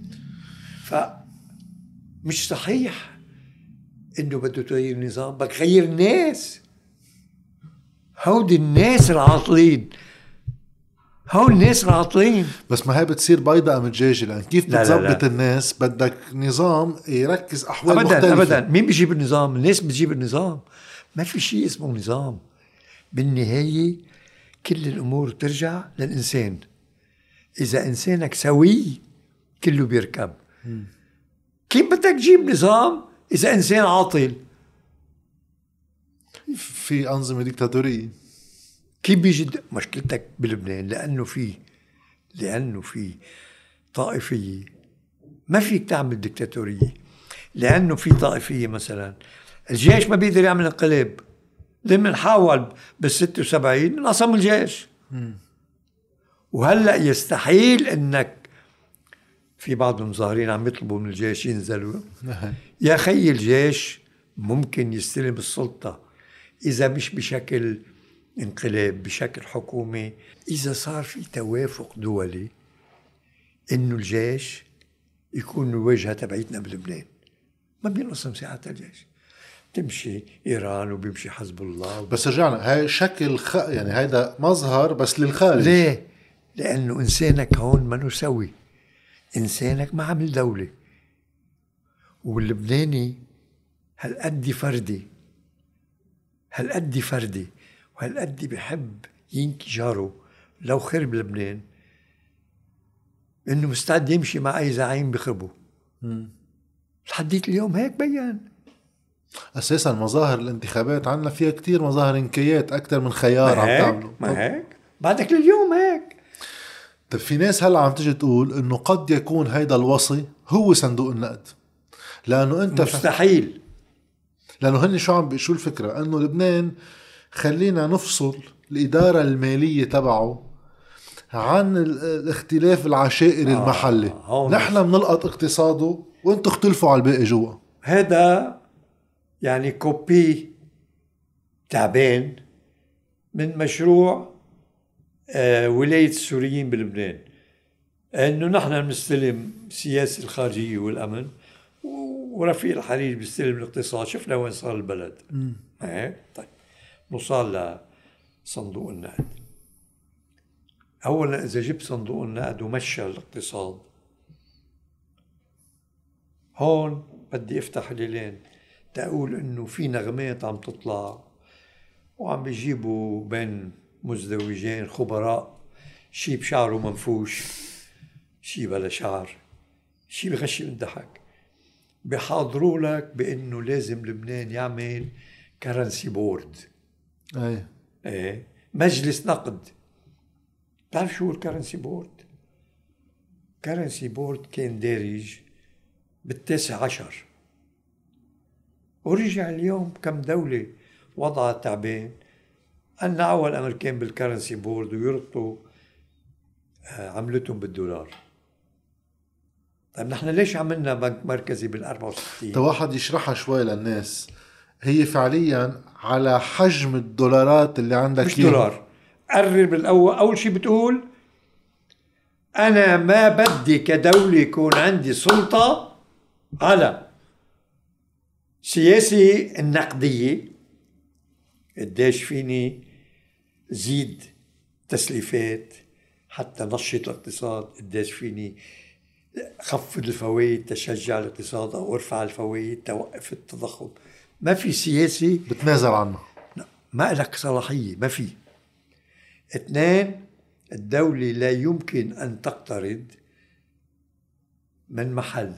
فمش صحيح انه بده تغير النظام، بدك تغير الناس. هودي الناس العاطلين، هول الناس العاطلين. بس ما هي بتصير بيضة أم دجاجة، لأن كيف بتزبط الناس بدك نظام يركز أحوال أبداً مختلفة. أبداً مين بيجيب النظام؟ الناس بتجيب النظام. ما في شيء اسمه نظام. بالنهاية كل الأمور ترجع للإنسان. إذا إنسانك سوي كله بيركب. كيف بدك تجيب نظام إذا إنسان عاطل؟ في أنظمة ديكتاتورية. كيف بيجي مشكلتك بلبنان؟ لأنه في لأنه في طائفية، ما فيك تعمل ديكتاتورية. لأنه في طائفية مثلا الجيش ما بيقدر يعمل انقلاب، لما حاول بالستة وسبعين انقسم الجيش. م. وهلأ يستحيل انك في بعض المظاهرين عم يطلبوا من الجيش ينزلوا. يا خي الجيش ممكن يستلم السلطة إذا مش بشكل انقلاب، بشكل حكومي، إذا صار في توافق دولي إنه الجيش يكون الواجهة تبعيتنا بلبنان. ما بينقسم ساعات الجيش، تمشي إيران وبيمشي حزب الله. بس رجعنا هاي شكل خ... يعني هيدا مظهر بس للخارج. ليه؟ لأنه إنسانك هون ما نسوي، إنسانك ما عمل دولة. واللبناني هالقد فردي، هالقد فردي وهالقد بيحب ينكي جاره لو خرب لبنان، إنه مستعد يمشي مع أي زعيم بخربه. لحديت اليوم هيك بيان. أساسا مظاهر الانتخابات عنا فيها كتير مظاهر انكيات أكتر من خيار عم تعملوا. ما هيك بعدك لليوم هيك. طب في ناس هلأ عم تجي تقول إنه قد يكون هيدا الوصي هو صندوق النقد، لأنه أنت مستحيل. لأنه هن شو عم شو الفكرة؟ إنه لبنان خلينا نفصل الإدارة المالية تبعه عن الاختلاف العشائري آه المحلي. نحن بنلقط اقتصاده وانتو اختلفوا على الباقي جوا. هذا يعني كوبي تعبان من مشروع آه ولاية السوريين بلبنان، انه نحن بنستلم سياسة الخارجية والامن ورفيق الحريري بيستلم الاقتصاد. شفنا وين صار البلد. ايه طيب نوصل لصندوق النقد. اولا اذا جبت صندوق النقد ومشى الاقتصاد، هون بدي افتح ليلين تقول انه في نغمات عم تطلع وعم بيجيبوا بين مزدوجين خبراء، شي بشعره منفوش، شي بلا شعر، شي بغشي من الضحك، بيحاضروا لك بانه لازم لبنان يعمل كرنسي بورد. ايه ايه مجلس نقد. بتعرف شو الكرنسي بورد؟ كرنسي بورد كان دارج بالتاسع عشر ورجع اليوم كم دولة وضعها تعبان أن أول أمريكان بالكرنسي بورد ويربطوا عملتهم بالدولار. طيب نحن ليش عملنا بنك مركزي بالأربعة وستين؟ تواحد يشرحها شوي للناس. هي فعليا على حجم الدولارات اللي عندك. مش دولار. قرر بالأول أول شيء بتقول أنا ما بدي كدولة يكون عندي سلطة على سياسي النقدية، قديش فيني زيد تسليفات حتى نشط الاقتصاد، قديش فيني خفض الفوائد تشجع الاقتصاد أو ارفع الفوائد توقف التضخم. ما في سياسي بتنازل عنه، ما لك صلاحية. ما في. اثنين، الدولة لا يمكن أن تقترض من محل،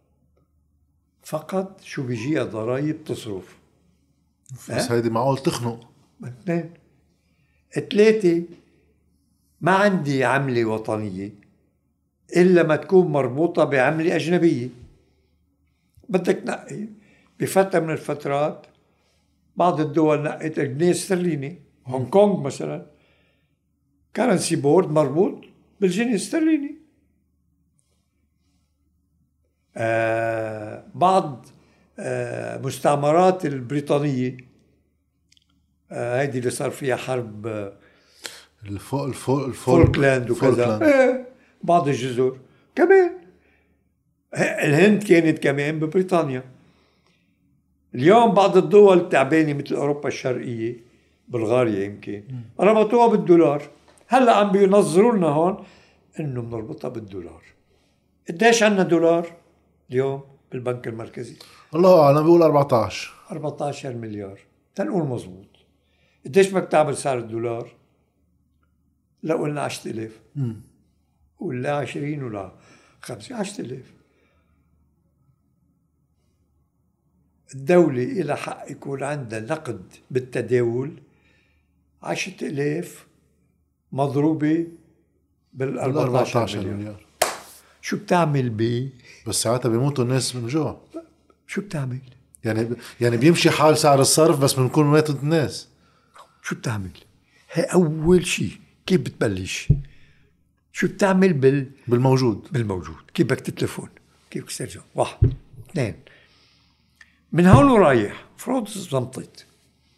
فقط شو بيجيها ضرائب تصرف. بس هيدي معقول تخنق. اثنين. ثلاثة، ما عندي عملة وطنية إلا ما تكون مربوطة بعملة أجنبية. بدك تنقي بفترة من الفترات بعض الدول نقت الجنيه استرليني. هونغ كونغ مثلا كرنسي بورد مربوط بالجنيه الاسترليني. آه بعض آه مستعمرات البريطانية آه هيدي اللي صار فيها حرب آه الفو الفو فولكلاند وكذا. آه بعض الجزر كمان. الهند كانت كمان ببريطانيا. اليوم بعض الدول التعبانة مثل أوروبا الشرقية، بلغاريا يمكن، ربطوها بالدولار. هلأ عم بينظروا لنا هون إنه بنربطها بالدولار. قديش عنا دولار اليوم بالبنك المركزي؟ الله أعلم، بيقول أربعة عشر أربعة عشر مليار. تنقول مزبوط. قديش بدك تعمل سعر الدولار؟ لو قلنا عشرة آلاف ولا عشرين ولا خمسة، عشرة آلاف. الدولة إلى حق يكون عندها نقد بالتداول عشرة آلاف مضروبة بالأربعة عشر مليار. شو بتعمل بي؟ بس ساعتها بيموتوا الناس من جوع. شو بتعمل؟ يعني يعني بيمشي حال سعر الصرف بس بنكون ماتت الناس. شو بتعمل؟ هي أول شيء كيف بتبلش؟ شو بتعمل بال بالموجود بالموجود؟ كيف بدك تتلفون؟ كيف تسترجع؟ واحد اثنين من هون ورايح فروض زمطت.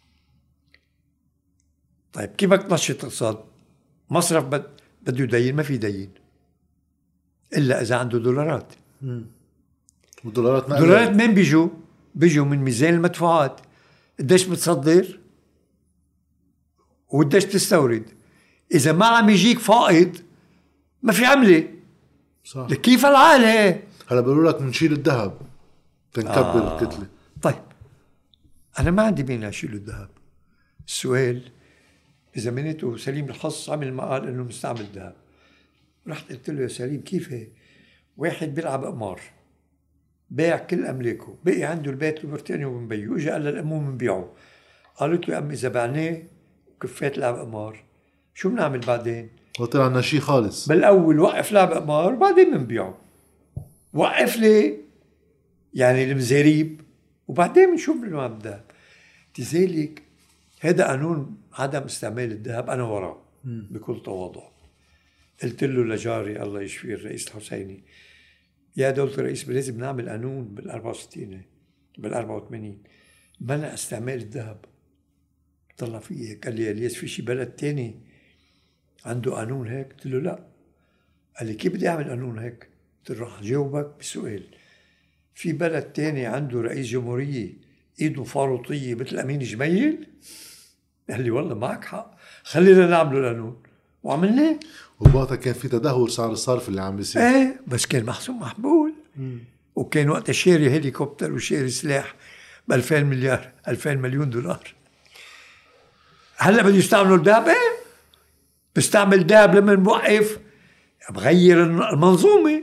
طيب كيف بدك تنشط الاقتصاد؟ مصرف بد بده يدين، ما في دين الا اذا عنده دولارات. والدولارات ما دولارات مين بيجوا؟ بيجوا من ميزان المدفوعات. قديش بتصدر وقديش بتستورد. اذا ما عم يجيك فائض ما في عمله. صح. كيف العالة؟ هلا بيقولوا لك بنشيل الذهب تنكبل آه. الكتله. طيب انا ما عندي مين اشيل الذهب. السؤال اذا منيته سليم الحظ عمل مقال انه مستعمل ذهب. رحت قلت له يا سليم كيف هي؟ واحد بيلعب قمار باع كل املاكه، بقي عنده البيت ومرتينه ومبيه، اجى قال للامه بنبيعه. قالت له يا امي اذا بعناه وكفيت لعب قمار شو بنعمل بعدين؟ وطلع عنا شيء خالص. بالاول وقف لعب قمار وبعدين بنبيعه. وقف لي يعني المزاريب وبعدين بنشوف انه عم الذهب. لذلك هذا قانون عدم استعمال الذهب انا وراه بكل تواضع. قلت له لجاري الله يشفيه الرئيس الحسيني، يا دولة الرئيس لازم نعمل قانون بالأربعة وستين بالأربعة وثمانين منع استعمال الذهب. طلع فيه قال لي يا الياس في شي بلد تاني عنده قانون هيك؟ قلت له لا. قال لي كيف بدي اعمل قانون هيك؟ قلت له رح جاوبك بسؤال. في بلد تاني عنده رئيس جمهورية ايده فاروطية مثل امين جميل؟ قال لي والله معك حق، خلينا نعمله القانون. وعملناه. وبوقتها كان في تدهور سعر الصرف اللي عم بيصير. ايه بس كان محسوب محبول. مم. وكان وقتها شاري هليكوبتر وشاري سلاح ب ألفين مليار ألفين مليون دولار. هلا بده يستعملوا الذهب؟ ايه بستعمل ذهب لما نوقف بغير المنظومة.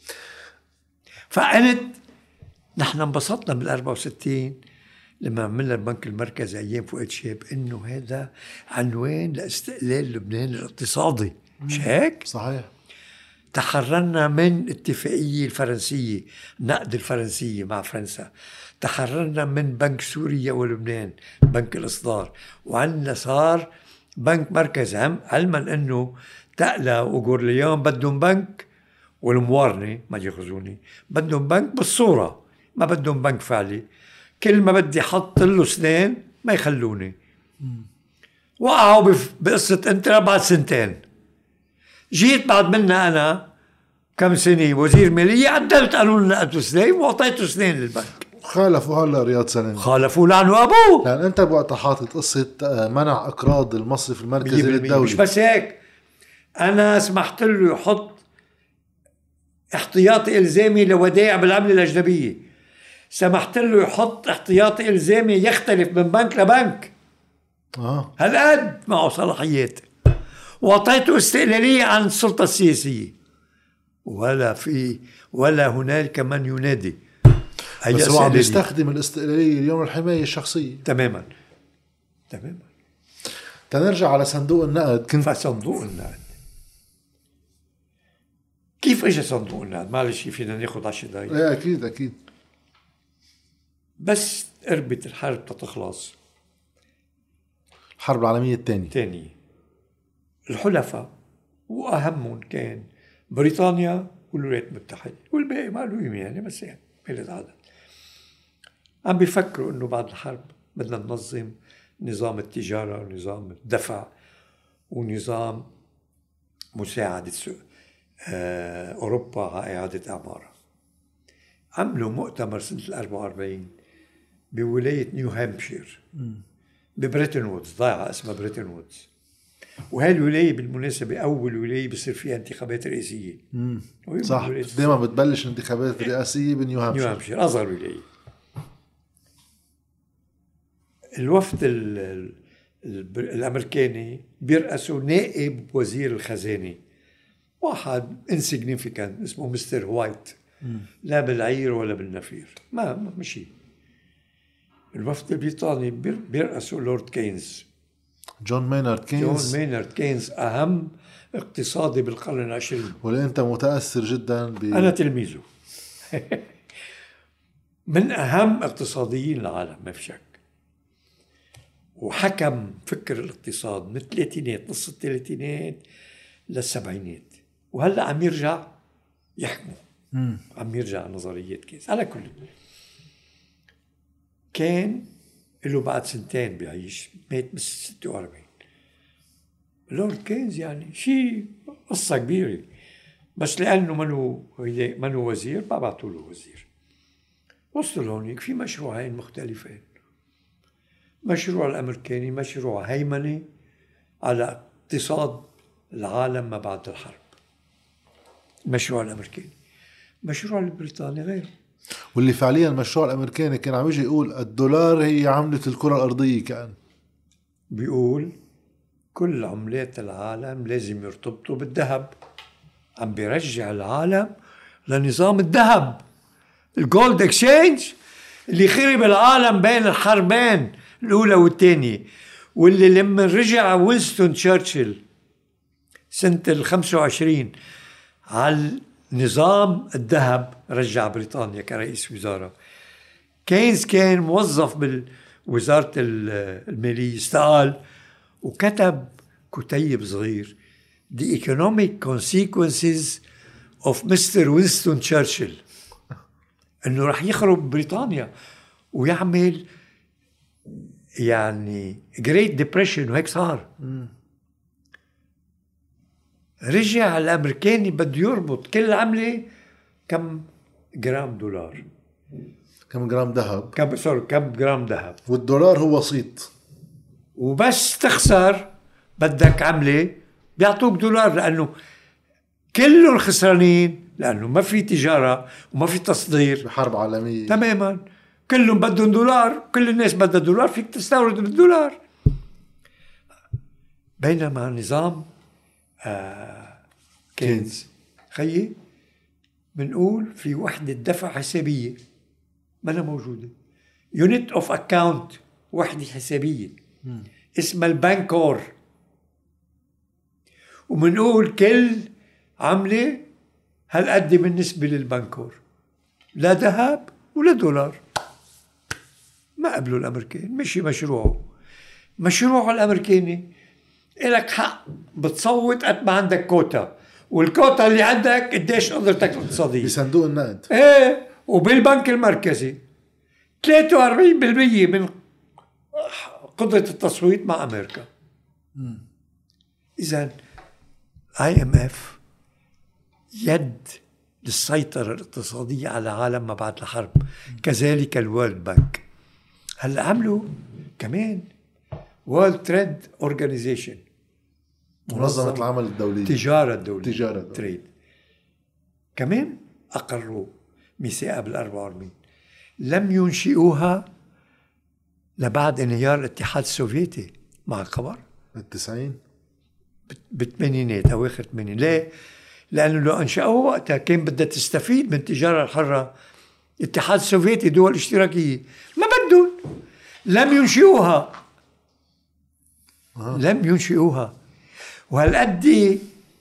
فقلت نحن انبسطنا بالأربعة وستين لما عملنا البنك المركزي أيام فؤاد شاب إنه هذا عنوان لاستقلال لبنان الاقتصادي. مش هيك؟ صحيح. تحررنا من اتفاقية الفرنسية نقد الفرنسية مع فرنسا. تحررنا من بنك سوريا ولبنان بنك الإصدار. وعندنا صار بنك مركز عام، علما أنه تقلى وغورليان بدهم بنك والموارنة ما ياخذوني بدهم بنك بالصورة، ما بدهم بنك فعلي. كل ما بدي حط له سنين ما يخلوني. وقعوا بقصة انترا بعد سنتين. جيت بعد منا أنا كم سنة وزير مالية عدلت قانون النقد والسلام وأعطيته سنين للبنك. خالفوا هلا رياض سلام. خالفوا لعنوا أبوه. لأن أنت بوقتها حاطط قصة منع إقراض المصرف المركزي للدولة. مش بس هيك، أنا سمحت له يحط احتياطي إلزامي لودائع بالعملة الأجنبية. سمحت له يحط احتياطي إلزامي يختلف من بنك لبنك. آه. هالقد معه صلاحيات. وأعطيته استقلالية عن السلطة السياسية. ولا في ولا هنالك من ينادي. بس هو عم يستخدم الاستقلالية اليوم الحماية الشخصية. تماما تماما. تنرجع على صندوق النقد. كنت فصندوق النقد كيف اجى صندوق النقد؟ معلش فينا ناخذ عشر دقايق. ايه اكيد اكيد. بس قربت الحرب تتخلص، الحرب العالمية الثانية الثانية، الحلفاء واهمهم كان بريطانيا والولايات المتحدة والباقي ما له قيمة يعني، بس يعني بلد عدد عم بيفكروا انه بعد الحرب بدنا ننظم نظام التجارة ونظام الدفع ونظام مساعدة آه أوروبا على إعادة أعمارها. عملوا مؤتمر سنة الأربعة وأربعين بولاية نيو هامبشير ببريتن وودز، ضايعة اسمها بريتن وودز. وهي الولاية بالمناسبة أول ولاية بصير فيها انتخابات رئاسية. صح، دائما بتبلش انتخابات رئاسية بنيو هامبشير. نيو هامبشير أصغر ولاية. الوفد ال ال الأمريكاني بيرأسوا نائب وزير الخزانة، واحد insignificant اسمه مستر وايت، لا بالعير ولا بالنفير، ما مشي. الوفد البريطاني بيرأسوا لورد كينز، جون مينارد كينز. جون مينارد كينز أهم اقتصادي بالقرن العشرين. ولا أنت متأثر جدا ب... أنا تلميذه. من أهم اقتصاديين العالم ما في شك، وحكم فكر الاقتصاد من الثلاثينات، نص الثلاثينات للسبعينات، وهلأ عم يرجع يحكمه. مم. عم يرجع نظريات كينز. على كل كان له بعد سنتين بيعيش، مات بس ستة وأربعين. لورد كينز يعني شيء قصة كبيرة، بس لأنه منو منو وزير ما بعتوا له وزير. وصلوا لهونيك في مشروعين مختلفين، مشروع الأمريكاني مشروع هيمنة على اقتصاد العالم ما بعد الحرب، المشروع الأمريكاني. مشروع البريطاني غير، واللي فعليا المشروع الأمريكاني كان عم يجي يقول الدولار هي عملة الكرة الأرضية. كأن بيقول كل عملات العالم لازم يرتبطوا بالذهب، عم بيرجع العالم لنظام الذهب، الجولد اكسشينج اللي خرب العالم بين الحربين الأولى والثانية، واللي لما رجع وينستون تشرشل سنة الخمسة وعشرين على نظام الذهب رجع بريطانيا كرئيس وزراء. كينز كان موظف بالوزارة المالية، استقال وكتب كتيب صغير The Economic Consequences of مستر وينستون تشرشل، انه رح يخرب بريطانيا ويعمل يعني Great Depression، وهيك صار. رجع الامريكاني بده يربط كل عملة كم جرام دولار، كم جرام ذهب، كم سوري كم جرام ذهب، والدولار هو وسيط. وبس تخسر بدك عملة بيعطوك دولار، لأنه كلهم خسرانين، لأنه ما في تجارة وما في تصدير، بحرب عالمية تماما. كلهم بدهم دولار، كل الناس بدها دولار، فيك تستورد بالدولار. بينما نظام آه كينز خيي بنقول في وحدة دفع حسابية ما أنا موجودة، يونت اوف اكاونت، وحدة حسابية م. اسمها البانكور، ومنقول كل عملة هالقد بالنسبة للبانكور، لا ذهب ولا دولار. ما قبلوا الأمريكان، مشي مشروعه. مشروعه الأمريكاني إلك حق بتصوت قد ما عندك كوتا، والكوتا اللي عندك قديش قدرتك الاقتصادية بصندوق النقد. ايه، وبالبنك المركزي ثلاثة وأربعين بالمية من قدرة التصويت مع أمريكا. إذن آي إم إف يد للسيطرة الاقتصادية على العالم ما بعد الحرب، كذلك الورلد بانك. هلا عملوا كمان وورلد تريد أورجانيزيشن، منظمة العمل الدولية، تجارة الدولية، تجارة الدولية. تريد، كمان أقروا ميثاقها بالأربعة وأربعين. لم ينشئوها لبعد انهيار الاتحاد السوفيتي مع الخبر بالتسعين، بالثمانينات أواخر الثمانينات. ليه؟ لأنه لو أنشأوها وقتها كان بدها تستفيد من التجارة الحرة. الاتحاد السوفيتي دول اشتراكية ما بدهم، لم ينشئوها. أه. لم ينشئوها. وهالقد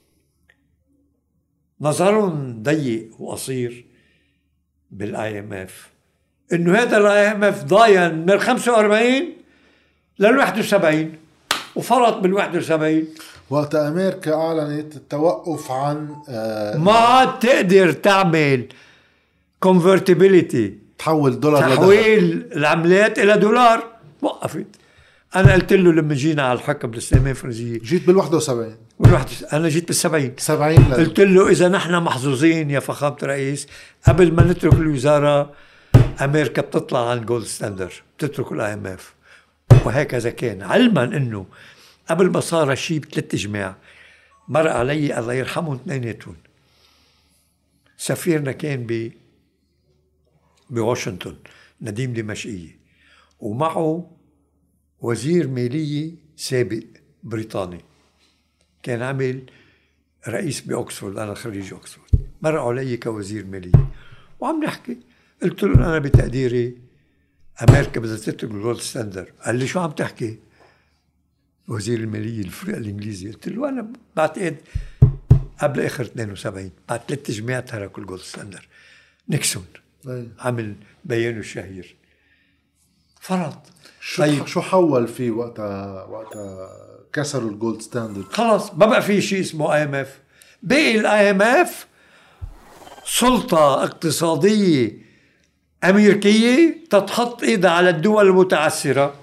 نظرهم ضيق وقصير بالاي ام اف، انه هذا الاي ام اف ضاين من خمسة وأربعين لل واحد وسبعين، وفرط بال واحد وسبعين وقت امريكا اعلنت التوقف عن آه ما تقدر تعمل convertibility، تحول دولار تحويل لدهب. العملات الى دولار وقفت. انا قلت له لما جينا على الحكم بالاسلاميه الفرنسيه، جيت بال واحد وسبعين، والواحد انا جيت بالسبعين سبعين لدهب. قلت له اذا نحن محظوظين يا فخامه الرئيس، قبل ما نترك الوزاره امريكا بتطلع عن جولد ستاندر، بتترك الاي ام اف. وهكذا كان، علما انه قبل ما صار الشيء بثلاث جماع مر علي الله يرحمهم اثنيناتهم. سفيرنا كان ب بواشنطن نديم دمشقية، ومعه وزير مالية سابق بريطاني كان عمل رئيس بأكسفورد، أنا خريج أكسفورد. مر علي كوزير مالية وعم نحكي، قلت له أنا بتقديري امريكا بدها تترك الجولد ستاندر. قال لي شو عم تحكي وزير الماليه الفريق الانجليزي؟ قلت له انا بعتقد قبل اخر اثنين وسبعين بعد ثلاث جماعات تركوا الجولد ستاندر. نيكسون أي. عمل بيانه الشهير فرض. شو طيب. شو حول فيه وقتها وقتها كسروا الجولد ستاندرد؟ خلاص ما بقى في شيء اسمه اي ام اف. بقي الاي ام اف سلطه اقتصاديه امريكيه تتحط ايدها على الدول المتعثره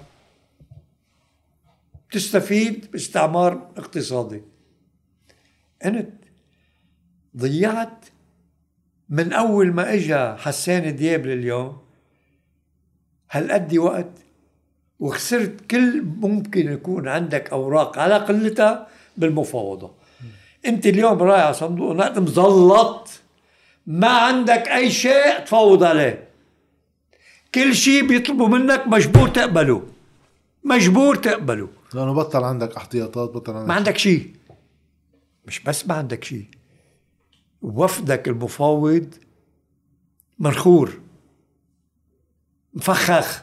تستفيد باستعمار اقتصادي. انت ضيعت من اول ما اجى حسان دياب لليوم هالقد وقت، وخسرت كل ممكن يكون عندك اوراق على قلتها بالمفاوضه. انت اليوم رايح على صندوق نقد مزلط، ما عندك اي شيء تفاوض عليه، كل شيء بيطلبوا منك مجبور تقبله، مجبور تقبله، لانه بطل عندك احتياطات، بطل عندك ما عندك شيء. مش بس ما عندك شيء، وفدك المفاوض منخور مفخخ.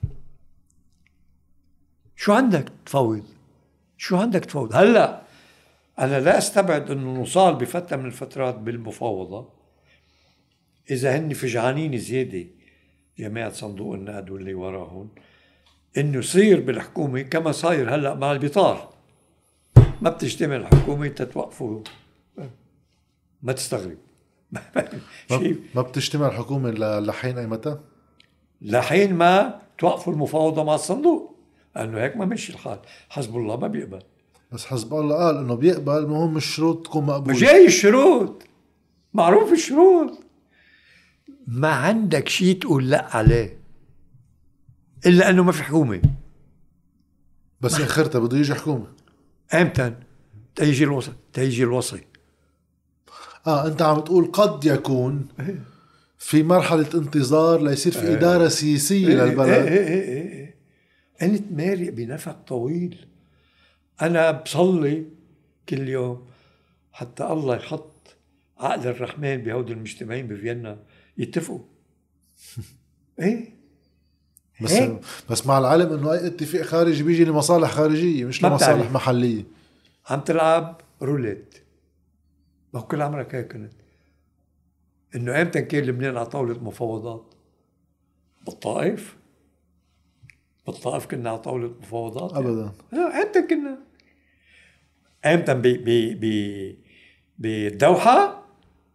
شو عندك تفاوض؟ شو عندك تفاوض؟ هلا انا لا استبعد انه نوصل بفتره من الفترات بالمفاوضه اذا هن فجعانين زياده جماعه صندوق النقد واللي وراهم، انه يصير بالحكومه كما صاير هلا مع البطار، ما بتجتمع الحكومه تتوقفوا. ما تستغرب. ما, ما بتجتمع الحكومه لحين اي متى؟ لحين ما توقفوا المفاوضه مع الصندوق، لانه هيك ما مشي الحال. حزب الله ما بيقبل. بس حزب الله قال انه بيقبل، المهم الشروط تكون مقبوله. جاي الشروط، معروف الشروط. ما عندك شيء تقول لا عليه الا انه ما في حكومه. بس اخرتها بده يجي حكومه. امتى تيجي الوصي؟ تيجي الوصي. اه انت عم تقول قد يكون في مرحله انتظار ليصير في اداره سياسيه للبلد. ايه ايه ايه ايه. انت مارق بنفق طويل. انا بصلي كل يوم حتى الله يحط عقل الرحمن بهود المجتمعين بفيينا يتفقوا. ايه بس هيك. بس مع العلم انه اي اتفاق خارجي بيجي لمصالح خارجيه مش لمصالح محليه. عم تلعب روليت. ما هو كل عمرك هيك كنت. انه امتى كان لبنان على طاوله مفاوضات؟ بالطائف. بالطائف كنا على طاوله مفاوضات ابدا. يعني. امتى كنا؟ امتى ب ب ب بالدوحه؟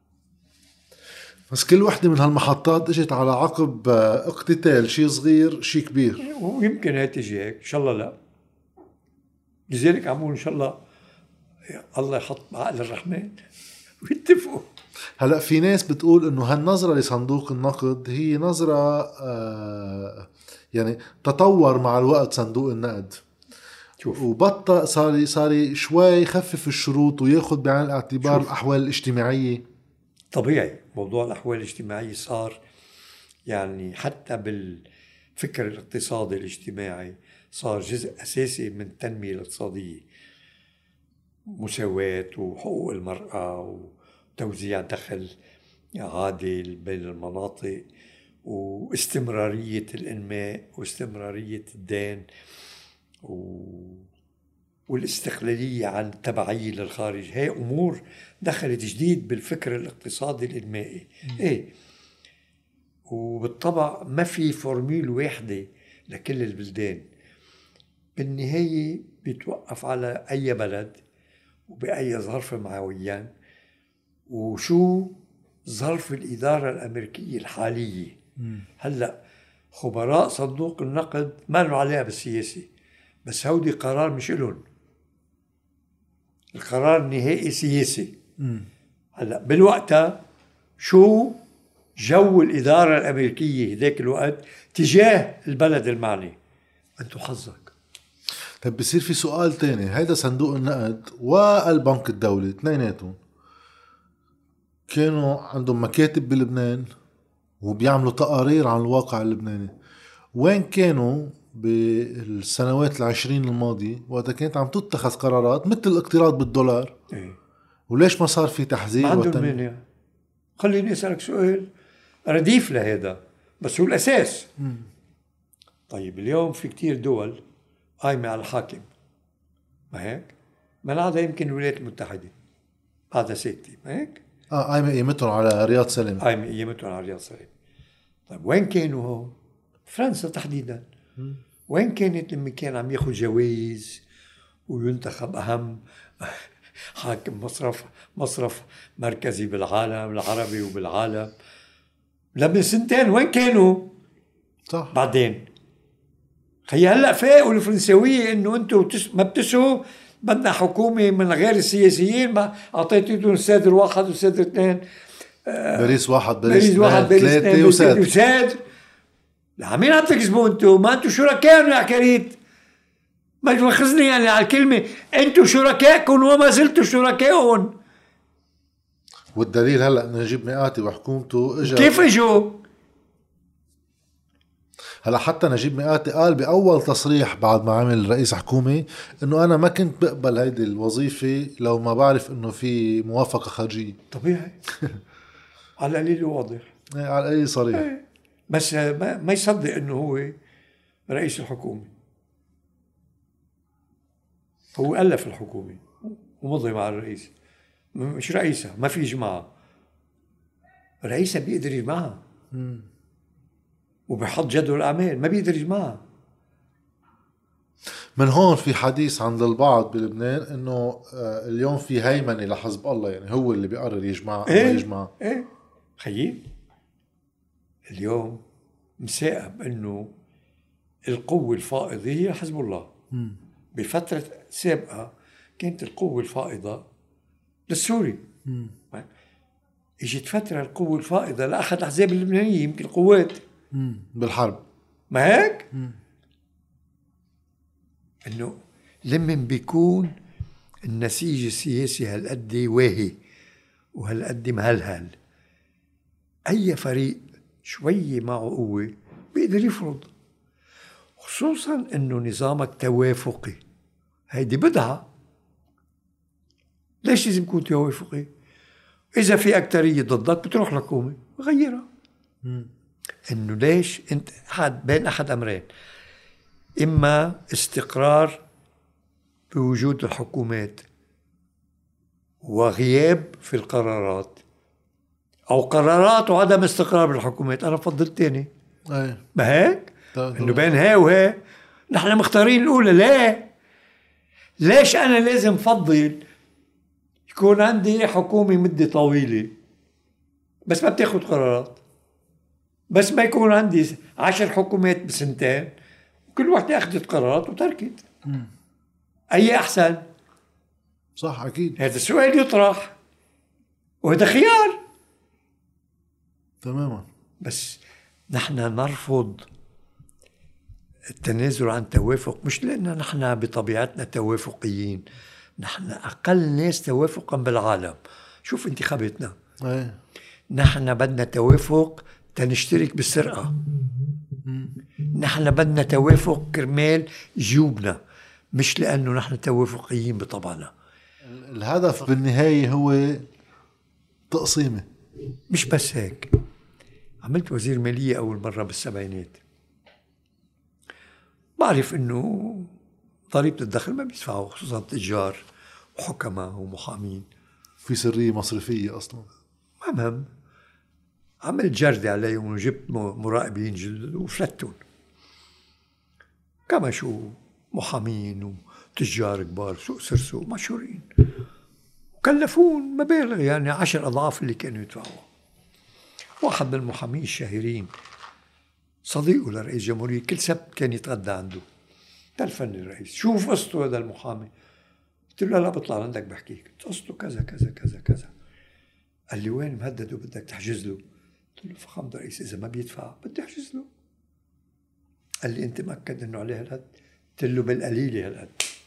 بس كل وحده من هالمحطات اجت على عقب اقتتال، شيء صغير شيء كبير. ويمكن هي تجي هيك ان شاء الله. لا لذلك عمول ان شاء الله الله يحط بعقل الرحمن ويتفقوا. هلا في ناس بتقول انه هالنظره لصندوق النقد هي نظره آه يعني تطور مع الوقت صندوق النقد. شوف. وبطأ صار صار شوي يخفف الشروط وياخذ بعين الاعتبار شوف. الاحوال الاجتماعيه. طبيعي موضوع الاحوال الاجتماعيه صار يعني حتى بالفكر الاقتصادي الاجتماعي صار جزء اساسي من التنميه الاقتصاديه. مساواة وحقوق المرأة وتوزيع دخل عادل بين المناطق واستمرارية الإنماء واستمرارية الدين و... والاستقلالية عن التبعية للخارج. هي أمور دخلت جديد بالفكر الاقتصادي الإنمائي. إيه وبالطبع ما في فورميل واحدة لكل البلدان. بالنهاية بيتوقف على أي بلد وبأي ظرف معويان وشو ظرف الإدارة الأمريكية الحالية. م. هلأ خبراء صندوق النقد ما له عليها بالسياسي، بس هودي قرار مش إلهم، القرار النهائي سياسي. م. هلأ بالوقت شو جو الإدارة الأمريكية ذاك الوقت تجاه البلد المعني. أنتو حظك. طيب بصير في سؤال تاني. هيدا صندوق النقد والبنك الدولي اثنيناتهم كانوا عندهم مكاتب بلبنان وبيعملوا تقارير عن الواقع اللبناني. وين كانوا بالسنوات العشرين الماضية وقت كانت عم تتخذ قرارات مثل الاقتراض بالدولار؟ إيه؟ وليش ما صار في تحذير؟ ما عندهم مانع. خليني أسألك سؤال رديف لهذا بس هو الأساس. م. طيب اليوم في كتير دول قايمة على الحاكم، ما هيك؟ من هذا يمكن الولايات المتحدة، هذا سيتي، ما هيك؟ اه قايمة قيمتهم على رياض سلم. قايمة قيمتهم على رياض سليم. طيب وين كانوا هون؟ فرنسا تحديدا. وين كانت لما كان عم ياخذ جوائز وينتخب أهم حاكم مصرف مصرف مركزي بالعالم العربي وبالعالم؟ لما سنتين وين كانوا؟ صح. بعدين هي هلا فاقوا الفرنساويه انه انتم ما بتسوا، بدنا حكومه من غير السياسيين، ما اعطيتوا سادر واحد وسادر اثنين، باريس واحد باريس باريس واحد باريس ثلاثة اثنين وسادر. وسادر. لا مين عم تكسبوا انتم؟ ما انتم شركاء يا عكريت، ما تاخذني يعني على الكلمه، انتم شركائكم وما زلتوا شركائهم. والدليل هلا نجيب مئاتي وحكومته اجى. كيف اجوا؟ هلا حتى نجيب مئاتي قال باول تصريح بعد ما عمل رئيس حكومه انه انا ما كنت بقبل هيدي الوظيفه لو ما بعرف انه في موافقه خارجيه. طبيعي. على القليل واضح. ايه على اي صريح. ايه. بس ما, ما يصدق انه هو رئيس الحكومه، هو ألف الحكومه ومضي مع الرئيس، مش رئيسها، ما في جماعه، رئيسها بيقدر يجمعها وبحط جدول اعمال، ما بيقدر يجمعها. من هون في حديث عند البعض بلبنان انه اليوم في هيمنه لحزب الله، يعني هو اللي بيقرر يجمع ايه او يجمع. ايه خيي اليوم مساقب انه القوه الفائضه هي حزب الله. مم. بفتره سابقه كانت القوه الفائضه للسوري. مم. اجت فتره القوه الفائضه لاحد الاحزاب اللبنانيه، يمكن قوات مم. بالحرب، ما هيك؟ مم. انه لما بيكون النسيج السياسي هالقد واهي وهالقد مهلهل، اي فريق شوي معه قوه بيقدر يفرض، خصوصا انه نظامك توافقي. هيدي بدعه. ليش لازم يكون توافقي؟ اذا في اكتريه ضدك بتروح لحكومه غيرها. انه ليش انت حد بين احد امرين، اما استقرار بوجود الحكومات وغياب في القرارات، او قرارات وعدم استقرار بالحكومات. انا بفضل الثاني. ايه ما هيك؟ طيب. انه بين هاي وهي نحن مختارين الاولى. لا، ليش انا لازم فضل يكون عندي حكومه مده طويله بس ما بتاخد قرارات، بس ما يكون عندي عشر حكومات بسنتين وكل واحدة أخذت قرارات وتركت؟ مم. أي أحسن؟ صح اكيد. هذا السؤال يطرح وهذا خيار. تماما. بس نحن نرفض التنازل عن توافق، مش لأن نحن بطبيعتنا توافقيين، نحن أقل ناس توافقا بالعالم. شوف انتخاباتنا، ايه نحن بدنا توافق تنشترك بالسرقة، نحن بدنا توافق كرمال جيوبنا، مش لأنه نحن توافقيين بطبعنا. الهدف بالنهاية هو تقسيمه. مش بس هيك، عملت وزير مالية أول مرة بالسبعينات، بعرف إنه ضريبة الدخل ما بيدفعوا، خصوصا التجار وحكماء ومحامين، في سرية مصرفية أصلا. ما مهم. عملت جردة عليهم وجبت مراقبين جدد وفلتون كما شو محامين وتجار كبار سوق سرسوق مشهورين، وكلفون مبالغ يعني عشر أضعاف اللي كانوا يدفعوها. واحد من المحامين الشهيرين صديقه لرئيس الجمهورية كل سبت كان يتغدى عنده، تلفني الرئيس شوف قصته هذا المحامي. قلت له لا بطلع عندك بحكيك. قصته كذا كذا كذا كذا. قال لي وين مهدد وبدك تحجز له؟ قلت له فخامة الرئيس إذا ما بيدفع بدي أحجز له. قال لي أنت مأكد إنه عليه هالقد؟ قلت له بالقليلة هالقد.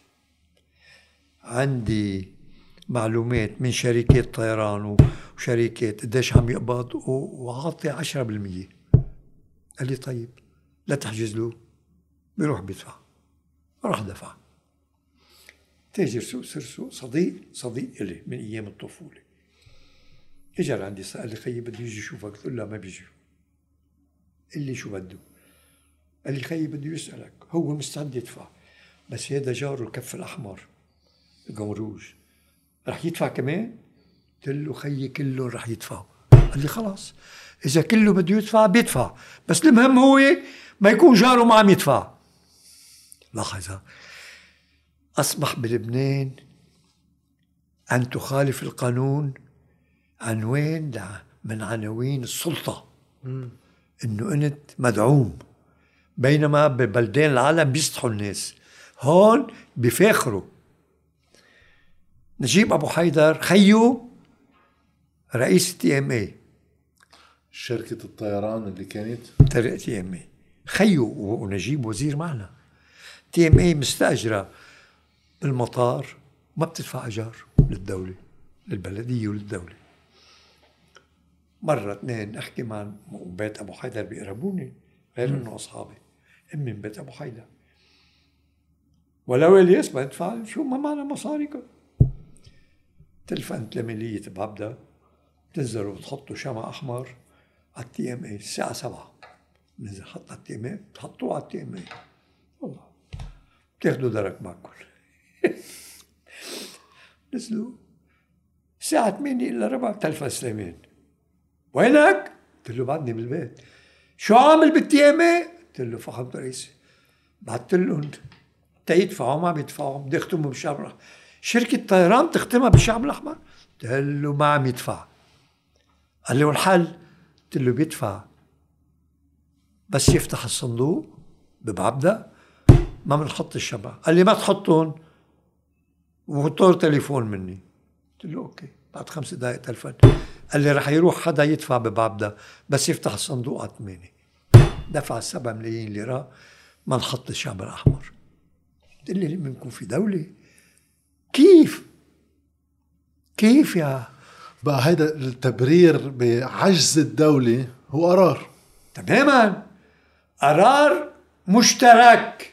عندي معلومات من شركات طيران وشركات قديش عم يقبض وعاطي عشرة بالمية. قال لي طيب لا تحجز له، بيروح بيدفع. راح دفع. تاجر سوق سرسوق صديق صديق إلي من أيام الطفولة، اجى عندي سأل لي خيي بده يجي يشوفك. قلت له لا ما بيجي. قال لي شو بده؟ قال لي خيي بده يسألك، هو مستعد يدفع بس هذا جاره الكف الأحمر القمروج رح يدفع كمان؟ قلت له خيي كله رح يدفع. قال لي خلاص إذا كله بده يدفع بيدفع، بس المهم هو ما يكون جاره ما عم يدفع. لاحظ، أصبح بلبنان أن تخالف القانون عنوان من عناوين السلطة، إنه أنت مدعوم، بينما ببلدان العالم بيسطحوا الناس، هون بيفاخروا. نجيب أبو حيدر خيو رئيس تي ام اي، شركة الطيران اللي كانت تي ام اي، خيو ونجيب وزير معنا. تي ام اي مستأجرة بالمطار، ما بتدفع أجار للدولة، للبلدية وللدولة. مرة اثنين أحكي مع بيت أبو حيدر بيقربوني، غير إنه أصحابي، أمي من بيت أبو حيدر، ولو اللي يسمع يدفع شو ما معنا مصاريكم. تلفنت لميلية بعبدة، بتنزلوا بتحطوا شمع أحمر على التي ام اي الساعة سبعة، ننزل حط على التي ام اي، بتحطوه على التي ام اي، والله بتاخدوا درك معكم. نزلوا الساعة ثمانية إلا ربع، تلفن سليمان وينك؟ قلت له بعدني بالبيت. شو عامل بالتي ام اي؟ قلت له فخامة رئيسي بعثت لهم تيدفعوا ما بيدفعوا، بدي اختموا بالشعب الأحمر. شركة طيران تختمها بالشعب الأحمر؟ قلت له ما عم يدفع. قال لي والحل؟ قلت له بيدفع بس يفتح الصندوق ببعبدة ما بنحط الشمع. قال لي ما تحطهم وطور تليفون مني. قلت له اوكي. بعد خمس دقائق تلفن قال لي رح يروح حدا يدفع ببعبدة بس يفتح الصندوق على ثمانية. دفع سبعة ملايين ليرة ما نحط الشعب الأحمر. قلت لي لما نكون في دولة كيف كيف يا بقى هيدا التبرير بعجز الدولة هو قرار تماما، قرار مشترك.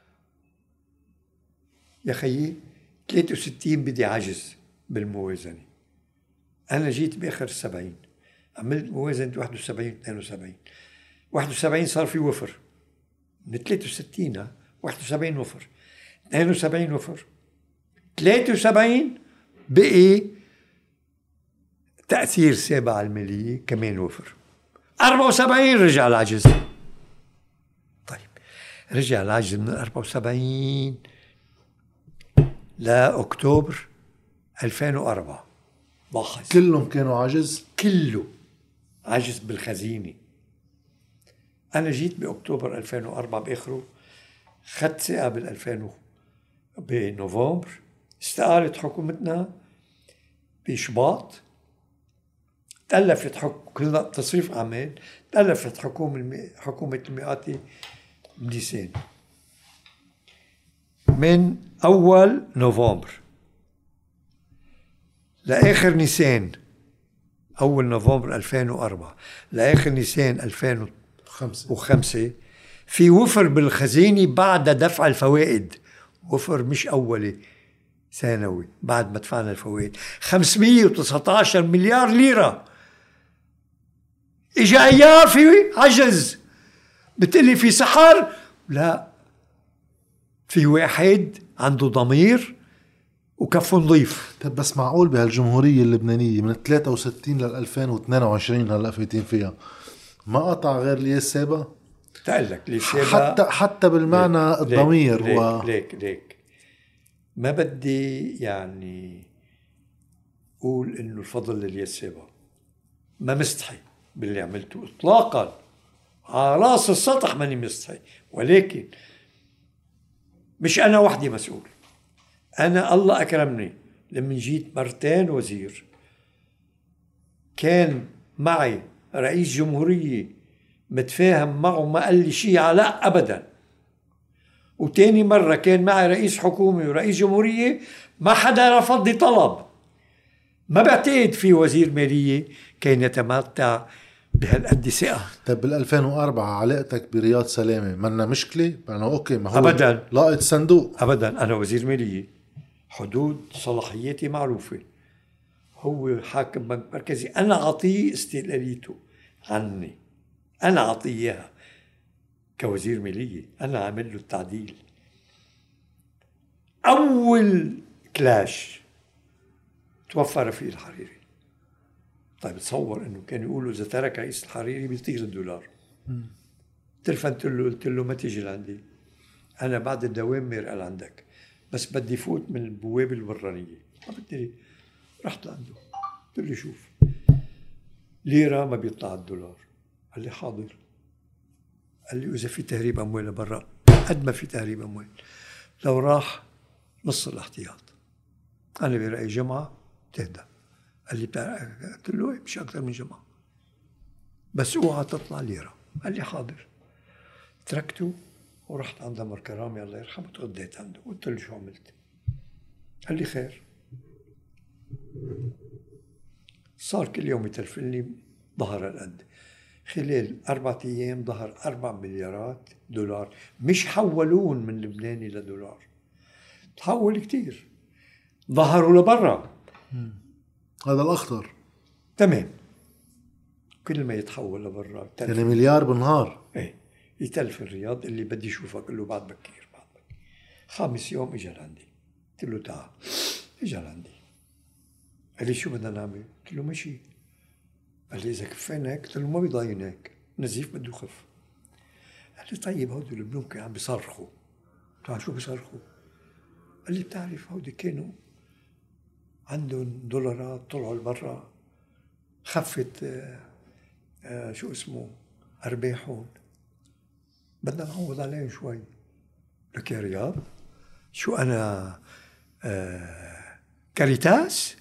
يا خيي ثلاثة وستين بدي عجز بالموازنة، أنا جيت بآخر السبعين عملت موازنة واحد وسبعين اثنين وسبعين، واحد وسبعين صار في وفر من ثلاثة وستين، واحد وسبعين وفر، اثنين وسبعين وفر، ثلاثة وسبعين بقي تأثير سابع المالية كمان وفر، أربعة وسبعين رجع العجز. طيب رجع العجز من أربعة وسبعين لأكتوبر ألفين وأربعة، لاحظ كلهم كانوا عجز، كله عجز بالخزينة. أنا جيت بأكتوبر ألفين وأربعة بآخره، خدت ثقة بالألفين بنوفمبر، استقالت حكومتنا بشباط، تألفت حكومة كلنا تصريف أعمال، تألفت حكومة المي... حكومة المئاتي بنيسان. من أول نوفمبر لآخر نيسان، أول نوفمبر ألفين وأربعة لآخر نيسان ألفين وخمسة في وفر بالخزينة بعد دفع الفوائد، وفر مش أولي ثانوي بعد ما دفعنا الفوائد، خمسمية وتسعة عشر مليار ليرة. إجا أيار في عجز، بتقلي في سحر؟ لا، في واحد عنده ضمير وكف نظيف. طب بس معقول بهالجمهورية اللبنانية من ثلاثة وستين لل ألفين واثنين وعشرين هلا فايتين فيها ما قطع غير ليش سابا؟ تقلك ليش سابا حتى حتى بالمعنى ليك الضمير ليك و... ليك ليك ما بدي يعني قول انه الفضل لليش سابا، ما مستحي باللي عملته اطلاقا، على راس السطح ماني مستحي، ولكن مش انا وحدي مسؤول. أنا الله أكرمني لما جيت مرتين وزير كان معي رئيس جمهورية متفاهم معه ما قال لي شيء لا أبدا، وتاني مرة كان معي رئيس حكومة ورئيس جمهورية ما حدا رفض لي طلب. ما بعتقد في وزير مالية كان يتمتع بهالقد ثقة. طيب بال ألفين وأربعة علاقتك برياض سلامة منا مشكلة؟ أنا أوكي ما هو أبدا لاقط صندوق. أبدا أنا وزير مالية، حدود صلاحياتي معروفة، هو حاكم بنك مركزي، أنا أعطيه استقلاليته عني، أنا أعطيه إياها كوزير مالية أنا عامل له التعديل. أول كلاش توفر فيه الحريري. طيب تصور إنه كانوا يقولوا إذا ترك رئيس الحريري بيطير الدولار. تلفنت له قلت له ما تيجي لعندي، أنا بعد الدوام مرقل عندك، بس بدي فوت من البوابة البرانية. ما بدي. رحت لعنده قلت له شوف ليرة ما بيطلع الدولار. قال لي حاضر. قال لي إذا في تهريب أموال لبرا قد ما في تهريب أموال، لو راح نص الاحتياط أنا برأي جمعة تهدى. قال لي قلت له مش أكثر من جمعة، بس اوعى تطلع ليرة. قال لي حاضر. تركته ورحت عند عمر كرامي الله يرحمه تغديت عنده. قلت له شو عملت؟ قال لي خير. صار كل يوم يتلفلني ظهر القد. خلال أربعة أيام ظهر أربع مليارات دولار، مش حولون من لبناني لدولار، تحول كتير، ظهروا لبرا. هذا الأخطر. تمام. كل ما يتحول لبرا يعني مليار بالنهار. ايه يتلف الرياض اللي بدي اشوفك. قال له بعد بكير بعد بكير. خامس يوم اجى لعندي قلت له تعال. اجى لعندي قال لي شو بدنا نعمل؟ قلت له ماشي. قال لي اذا كفينا هيك. قلت له ما بيضاين هيك، نزيف بده خف. قال لي طيب هودي البنوك عم بيصرخوا. قلت شو بيصرخوا؟ قال لي بتعرف هودي كانوا عندهم دولارات طلعوا لبرا، خفت آآ آآ شو اسمه ارباحهم، بدنا نعوض عليهم شوي. لك يا رياض شو انا كاريتاس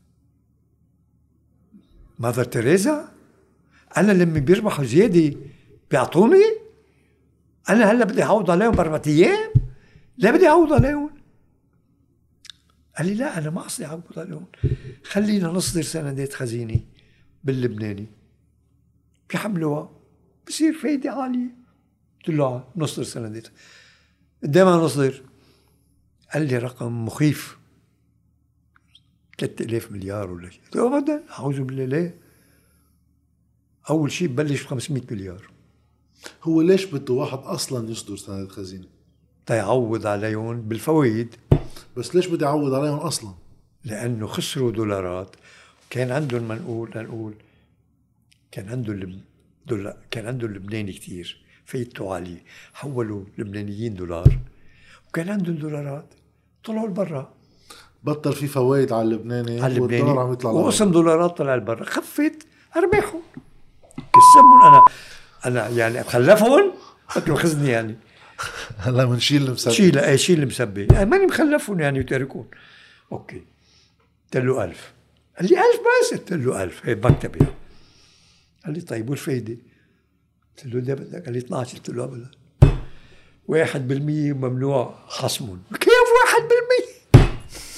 ماذر تريزا؟ انا لما بيربحوا زياده بيعطوني؟ انا هلا بدي اعوض عليهم باربع ايام؟ لا بدي اعوض عليهم. قال لي لا انا ما قصدي اعوض عليهم، خلينا نصدر سندات خزينه باللبناني بيحملوها بصير فايده عاليه. قلت له نصدر سندات قدام ما نصدر؟ قال لي رقم مخيف ثلاثة آلاف مليار ولا شيء. قلت له ابدا اعوذ بالله لا. اول شيء ببلش ب خمسمية مليار. هو ليش بده واحد اصلا يصدر سندات خزينه؟ تيعوض عليهم بالفوائد. بس ليش بدي اعوض عليهم اصلا؟ لانه خسروا دولارات. كان عندهم ما نقول نقول كان عندهم دولار، كان عندهم لبناني كتير فايدته عالية، حولوا لبنانيين دولار، وكان عندهم دولارات طلعوا لبرا. بطل في فوائد على اللبناني، على اللبناني والدولار عم يطلع وقسم دولارات طلع لبرا، خفت ارباحهم. كسبهم. انا انا يعني خلفهم قلت له خزني يعني هلا بنشيل المسبه. شيل اي شيل المسبه يعني ماني مخلفهم يعني وتاركون. اوكي قلت له ألف. قال لي ألف بس؟ قلت له ألف هي بكتب يعني. قال لي طيب والفايده؟ قلت له ده بدك؟ قال لي اثني عشر. قلت له ابدا واحد بالمية ممنوع خصمهم. كيف واحد بالمية؟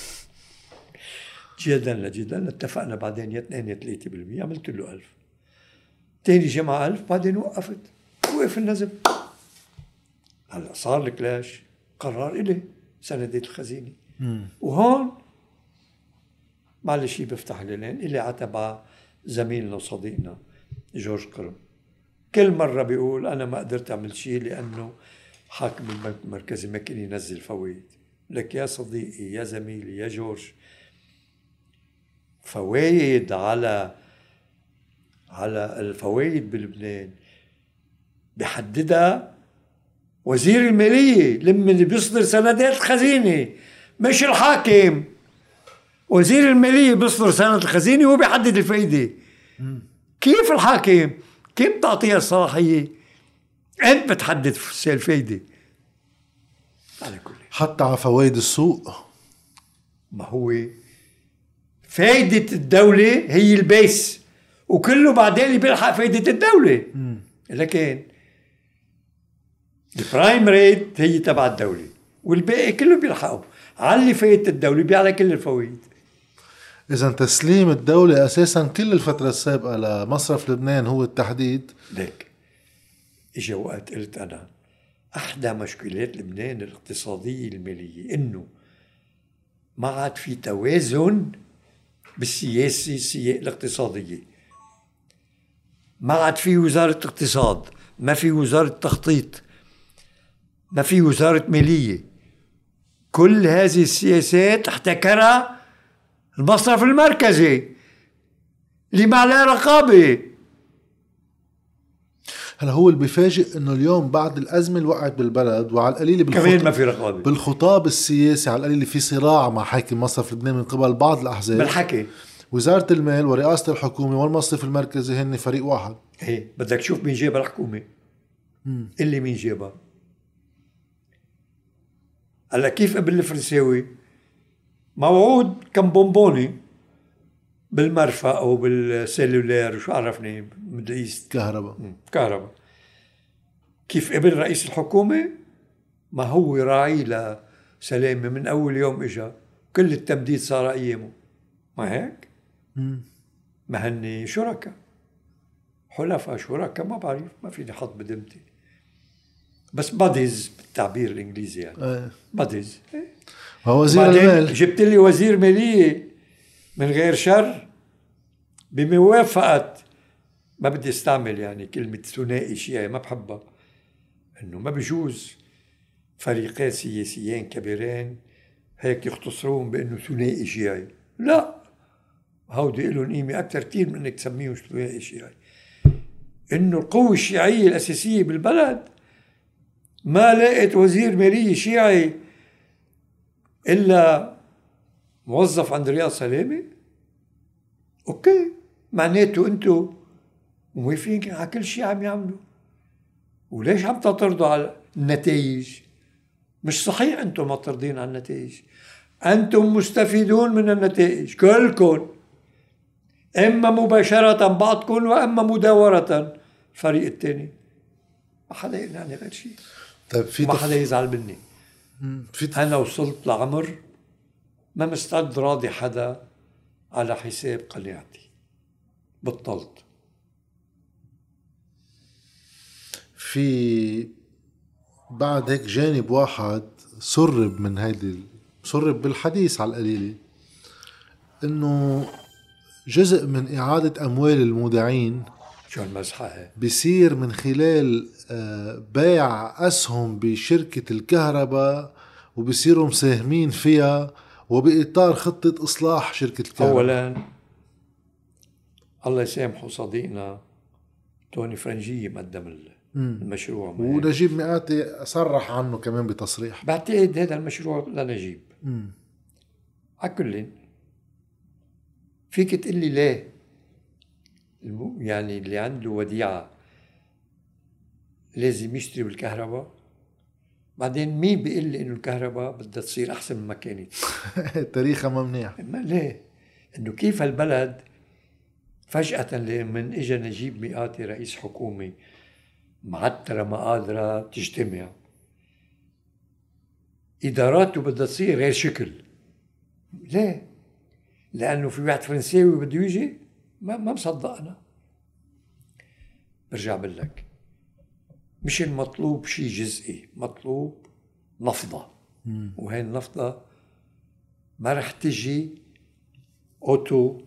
جدلنا جدلنا اتفقنا بعدين يا اثنين يا ثلاثة بالمية. عملت له ألف. تاني جمعة ألف بعدين وقفت وقف النزل. هلا صار الكلاش قرار إلي سندات الخزينة. وهون معلش بفتح لين إلي عتبة زميلنا وصديقنا جورج قرم كل مرة بيقول أنا ما قدرت أعمل شيء لأنه حاكم البنك المركزي ما كان ينزل فوائد. لك يا صديقي يا زميلي يا جورج، فوائد على على الفوائد بلبنان بحددها وزير المالية لما اللي بيصدر سندات الخزينة مش الحاكم. وزير المالية بيصدر سند الخزينة وهو بيحدد الفائدة. كيف الحاكم؟ كيف تعطيها الصلاحية؟ أنت بتحدد الفائدة على كل. حتى على فوائد السوق. ما هو فائدة الدولة هي البيس وكله بعدين بيلحق فائدة الدولة. م. لكن البرايم ريت هي تبع الدولة والباقي كله بيلحقوا على فائدة الدولة بيعلى كل الفوائد. إذا تسليم الدولة أساسا كل الفترة السابقة لمصرف لبنان هو التحديد. لك إجا وقت قلت أنا أحدى مشكلات لبنان الاقتصادية المالية إنه ما عاد في توازن بالسياسة الاقتصادية. ما عاد في وزارة اقتصاد، ما في وزارة تخطيط، ما في وزارة مالية. كل هذه السياسات احتكرها المصرف المركزي اللي ما عليه رقابة. هلا هو اللي بيفاجئ انه اليوم بعد الازمه اللي وقعت بالبلد وعلى القليله كمان ما في رقابة بالخطاب السياسي، على القليله في صراع مع حاكم مصرف لبنان من قبل بعض الاحزاب بالحكي. وزاره المال ورئاسه الحكومه والمصرف المركزي هن فريق واحد. ايه بدك تشوف مين جابها الحكومه، اللي مين جابها. هلا كيف ابن الفرنساوي موعود كم بونبوني بالمرفأ او بالسيلولير شو عرفني ميدل ايست كهرباء كهرباء، كيف ابن رئيس الحكومه ما هو راعي لسلامه من اول يوم اجا، كل التمديد صار ايامه، ما هيك؟ مم. ما هني شركاء حلفاء شركاء، ما بعرف، ما فيني حط بدمتي، بس باديز بالتعبير الانجليزي يعني. ايه. باديز. هو وزير المال. جبت لي وزير مالية من غير شر بموافقة، ما بدي استعمل يعني كلمة ثنائي شيعي ما بحبها، انه ما بجوز فريقين سياسيين كبيرين هيك يختصرون بانه ثنائي شيعي، لا، هودي لهم قيمة أكثر كثير من انك تسميهم ثنائي شيعي. انه القوة الشيعية الأساسية بالبلد ما لقيت وزير مالية شيعي إلا موظف عند رياض سلامة. أوكي، معناته أنتوا موافقين على كل شيء عم يعملوا، وليش عم تعترضوا على النتائج؟ مش صحيح أنتم معترضين على النتائج، أنتم مستفيدون من النتائج كلكم، إما مباشرة بعضكم وإما مداورة الفريق الثاني. ما حدا يعني غير شيء. طيب في ما تف... حدا يزعل مني. في تف... أنا وصلت لعمر ما مستعد راضي حدا على حساب قناعتي، بطلت. في بعد هيك جانب واحد سرب من هيدي، سرب بالحديث على القليلة، انه جزء من اعادة اموال المودعين شو المزحة بيصير من خلال بيع اسهم بشركة الكهرباء وبيصيروا مساهمين فيها وبإطار خطة إصلاح شركة الكهرباء. أولا الله يسامحه صديقنا توني فرنجية مقدم المشروع، ونجيب مئاتي صرح عنه كمان بتصريح. بعتقد هذا المشروع لنجيب. على كل فيك تقول لي ليه؟ يعني اللي عنده وديعة لازم يشتري بالكهرباء؟ بعدين مين بيقول لي انه الكهرباء بدها تصير احسن من ما كانت؟ تاريخها ما منيح. ما ليه؟ انه كيف البلد فجأة من اجى نجيب مئاتي رئيس حكومي معترة ما قادرة تجتمع، اداراته بدها تصير غير شكل. ليه؟ لانه في واحد فرنساوي بده يجي؟ ما ما مصدق انا. برجع بقول لك مش المطلوب شيء جزئي، مطلوب نفضة. وهي النفضة ما رح تجي اوتو،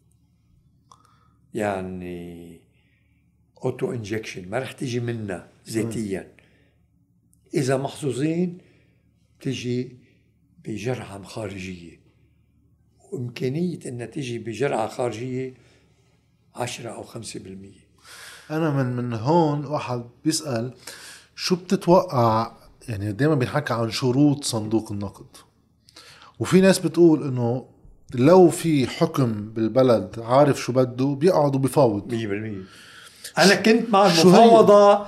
يعني اوتو انجكشن، ما رح تجي منا ذاتيا. اذا محظوظين تجي بجرعة خارجية، وامكانية انها تجي بجرعة خارجية عشرة او خمسة بالمية. انا من من هون واحد بيسأل شو بتتوقع، يعني دايما بنحكي عن شروط صندوق النقد، وفي ناس بتقول انه لو في حكم بالبلد عارف شو بده بيقعدوا بفاوض مية بالمية. انا كنت مع المفاوضة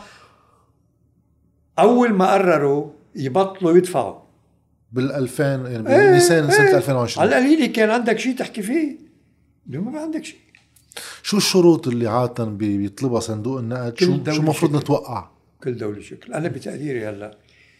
اول ما قرروا يبطلوا يدفعوا بالألفين، يعني بنيسان ايه سنة ايه ألفين وعشرين. على القليلة كان عندك شيء تحكي فيه، اليوم ما عندك شيء. شو الشروط اللي عادة بيطلبها صندوق النقد؟ شو شو المفروض نتوقع؟ كل دولة شكل. أنا بتقديري هلا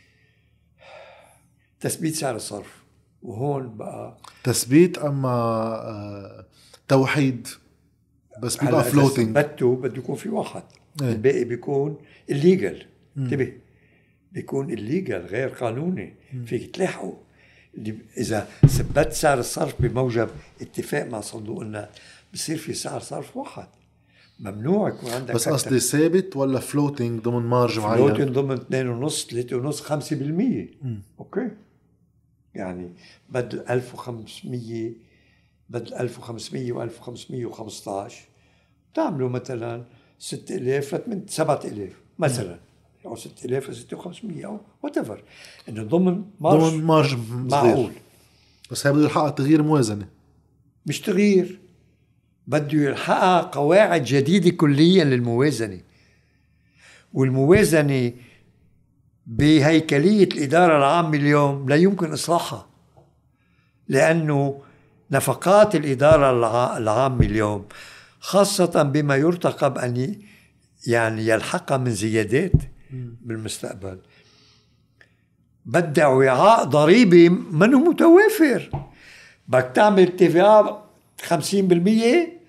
تثبيت سعر الصرف، وهون بقى تثبيت أما آه توحيد بس بيبقى فلوتينج. ثبته بده يكون في واحد ايه. الباقي بيكون الليجل. انتبه، بيكون الليجل غير قانوني. م. فيك تلاحقه. إذا ثبت سعر الصرف بموجب اتفاق مع صندوق النقد بصير في سعر صرف واحد، ممنوع يكون عندك بس قصدي ثابت ولا فلوتينج ضمن مارج معين؟ فلوتينج ضمن اثنين ونص ثلاثة ونص خمسة بالمية. اوكي، يعني بدل ألف وخمسمية بدل ألف وخمسمية وألف وخمسمية وخمسطعش تعملوا مثلا ستة آلاف لثمانية سبعة آلاف مثلا، او ستة آلاف لستة وخمسمية او whatever، انه ضمن مارج ضمن مارج معقول. بس هي بده يلحقها تغيير موازنة، مش تغيير، بده يلحقها قواعد جديدة كليا للموازنة. والموازنة بهيكلية الإدارة العامة اليوم لا يمكن إصلاحها، لأنه نفقات الإدارة العامة اليوم خاصة بما يرتقب أن يعني يلحقها من زيادات بالمستقبل بدها وعاء ضريبي منه متوافر. بدك تعمل تي في آ خمسين بالمية،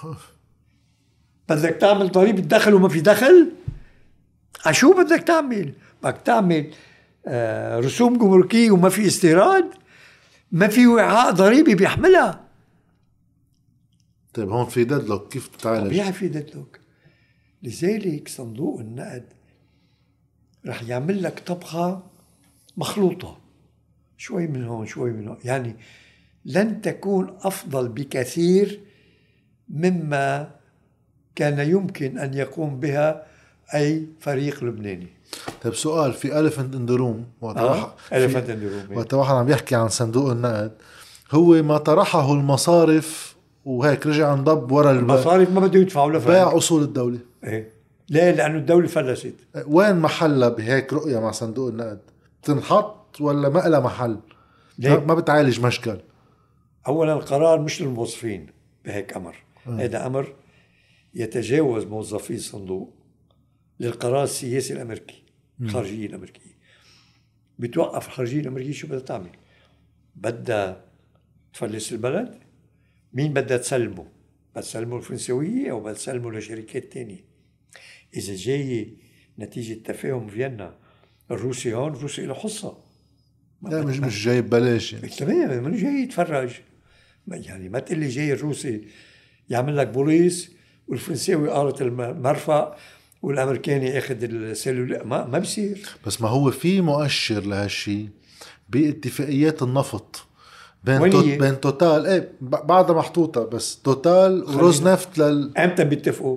بدك تعمل ضريبة دخل وما في دخل. عشو بدك تعمل؟ بدك تعمل آه رسوم جمركية وما في استيراد، ما في وعاء ضريبي بيحملها. طيب هون في ديدلوك، كيف تتعالج؟ طبيعي في ديدلوك. لذلك صندوق النقد رح يعمل لك طبخة مخلوطة، شوي من هون شوي من هون، يعني لن تكون أفضل بكثير مما كان يمكن أن يقوم بها أي فريق لبناني. طيب سؤال، في ألفنت إن ذا روم، آه؟ ألفنت إن ذا روم، وقت واحد عم يحكي عن صندوق النقد، هو ما طرحه المصارف وهيك رجع انضب ورا المصارف، ما بده يدفعوا لها بيع أصول الدولة. إيه؟ ليه؟ لأنه الدولة فلست. وين محلها بهيك رؤية مع صندوق النقد؟ تنحط ولا ما لها محل؟ ليه؟ ما بتعالج مشكل. أولا القرار مش للموظفين بهيك أمر، هذا أمر يتجاوز موظفي الصندوق للقرار السياسي الأمريكي، الخارجية الأمريكية. بتوقف الخارجية الأمريكية شو بدها تعمل؟ بدها تفلس البلد؟ مين بدها تسلمه؟ بدها تسلمه الفرنسوية أو بدها تسلمه لشركات تانية؟ إذا جاي نتيجة تفاهم فيينا، الروسي هون الروسي له حصة، لا مش مش جاي ببلاش يعني. تمام، مش جاي يتفرج يعني. ما تقلي جاي الروسي يعمل لك بوليس والفرنساوي قارة المرفأ والامريكاني ياخذ السلول، ما ما بصير. بس ما هو في مؤشر لهالشيء باتفاقيات النفط بين توت بين توتال، ايه بعدها محطوطه، بس توتال وروز نفط لل امتى بيتفقوا؟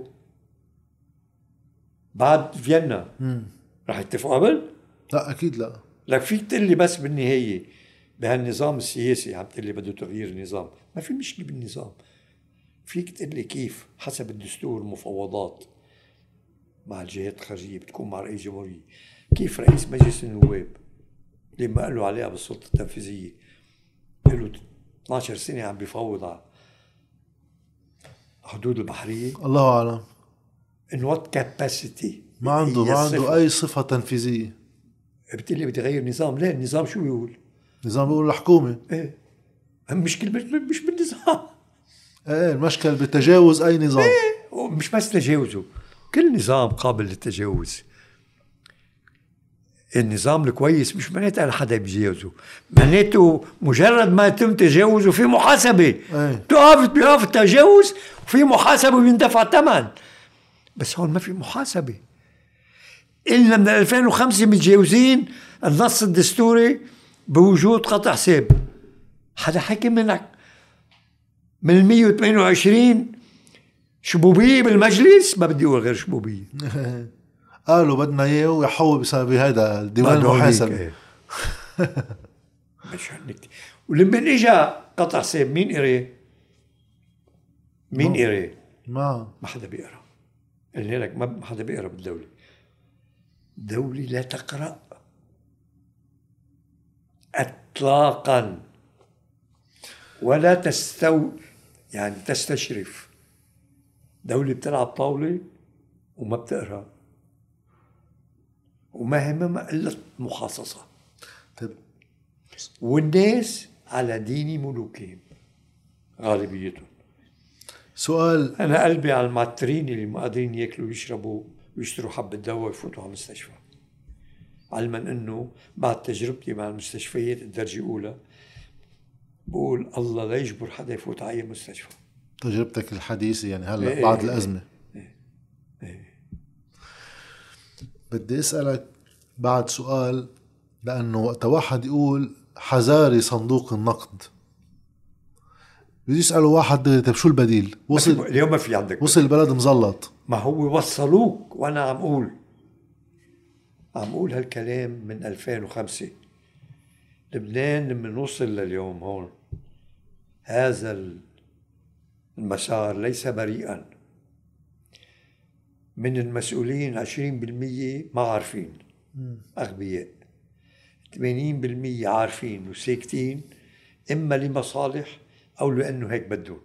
بعد فيينا راح يتفقوا قبل؟ لا اكيد لا. لك فيك تقلي بس بالنهايه بهالنظام السياسي عم تقلي بده تغيير النظام، ما في مشكله بالنظام. فيك تقلي كيف حسب الدستور المفاوضات مع الجهات الخارجيه بتكون مع رئيس جمهوريه، كيف رئيس مجلس النواب لما قالوا عليها بالسلطه التنفيذيه له اثنعش سنه عم بيفاوض على حدود البحريه، الله اعلم ان وات كاباسيتي، ما عنده ما عنده اي صفه تنفيذيه. بتقلي بدي غير نظام، ليه؟ النظام شو بيقول؟ النظام بيقول الحكومه. ايه المشكله مش بالنظام، ايه المشكل بتجاوز اي نظام. ايه مش بس تجاوزه، كل نظام قابل للتجاوز. النظام الكويس مش معناته حدا بيجاوزه، معناته مجرد ما يتم تجاوزه في محاسبه، تقف بيقف التجاوز وفي محاسبه ويندفع الثمن. بس هون ما في محاسبه الا من ألفين وخمسة متجاوزين النص الدستوري بوجود قطع حساب. حدا حكي منك من مية وثمانية وعشرين شبوبيه بالمجلس؟ ما بدي اقول غير شبوبيه. قالوا بدنا اياه ويحول بسبب هذا ديوان المحاسبه. مش هنكتي. ولما اجى قطع حساب مين قري؟ مين قري؟ ما ما حدا بيقرا. قلنا لك ما حدا بيقرا بالدوله. الدوله لا تقرا اطلاقا ولا تستو يعني تستشرف. دولة بتلعب طاولة وما بتقرا وما همها إلا المحاصصة. طيب. والناس على دين ملوكهم غالبيتهم. سؤال، أنا قلبي على المعترين اللي ما قادرين يأكلوا ويشربوا ويشتروا حبة دواء ويفوتوا على المستشفى، علما أنه بعد تجربتي مع المستشفيات الدرجة الأولى بقول الله لا يجبر حدا يفوت على أي مستشفى. تجربتك الحديثة يعني هلا إيه بعد إيه الأزمة. إيه. بدي اسألك بعد سؤال، لأنه وقت واحد يقول حذاري صندوق النقد بدي يسأله واحد طيب شو البديل؟ وصل اليوم ما في عندك وصل البلد مزلط. ما هو وصلوك، وانا عم اقول عم اقول هالكلام من ألفين وخمسة. لبنان لما نوصل لليوم هون هذا المسار ليس بريئا. من المسؤولين عشرين بالمية ما عارفين، أغبياء. ثمانين بالمية عارفين وساكتين، إما لمصالح أو لأنه هيك بدون.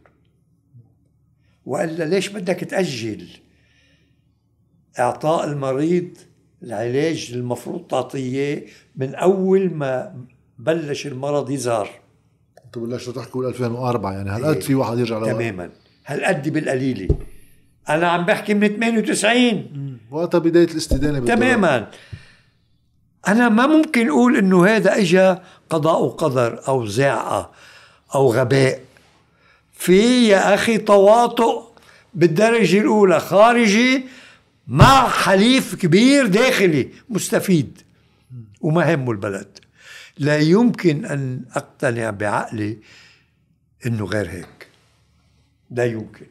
وإلا ليش بدك تأجل إعطاء المريض العلاج المفروض تعطيه من أول ما بلش المرض يظهر؟ انتو بلشتوا تحكوا ألفين وأربعة، يعني هالقد في واحد يرجع لورا تماما، هالقد بالقليلة. أنا عم بحكي من ثمانية وتسعين وقتها بداية الاستدانة بالدولار. تماما. أنا ما ممكن أقول إنه هذا إجا قضاء وقدر أو زعقة أو غباء. في يا أخي تواطؤ بالدرجة الأولى خارجي مع حليف كبير داخلي مستفيد وما همه البلد. لا يمكن أن أقتنع بعقلي إنه غير هيك، لا يمكن.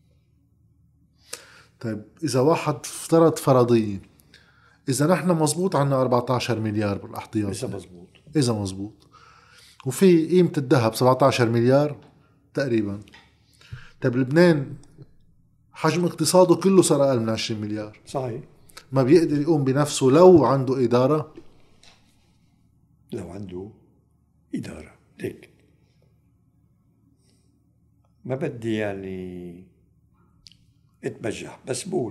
طيب إذا واحد افترض فرضية، إذا نحن مزبوط عنا أربعة عشر مليار بالاحتياط، إذا مزبوط إذا مزبوط وفي قيمة الذهب سبعة عشر مليار تقريبا، طيب لبنان حجم اقتصاده كله صار أقل من عشرين مليار. صحيح. ما بيقدر يقوم بنفسه لو عنده إدارة، لو عنده إدارة. ليك ما بدي يعني اتبجح، بس بقول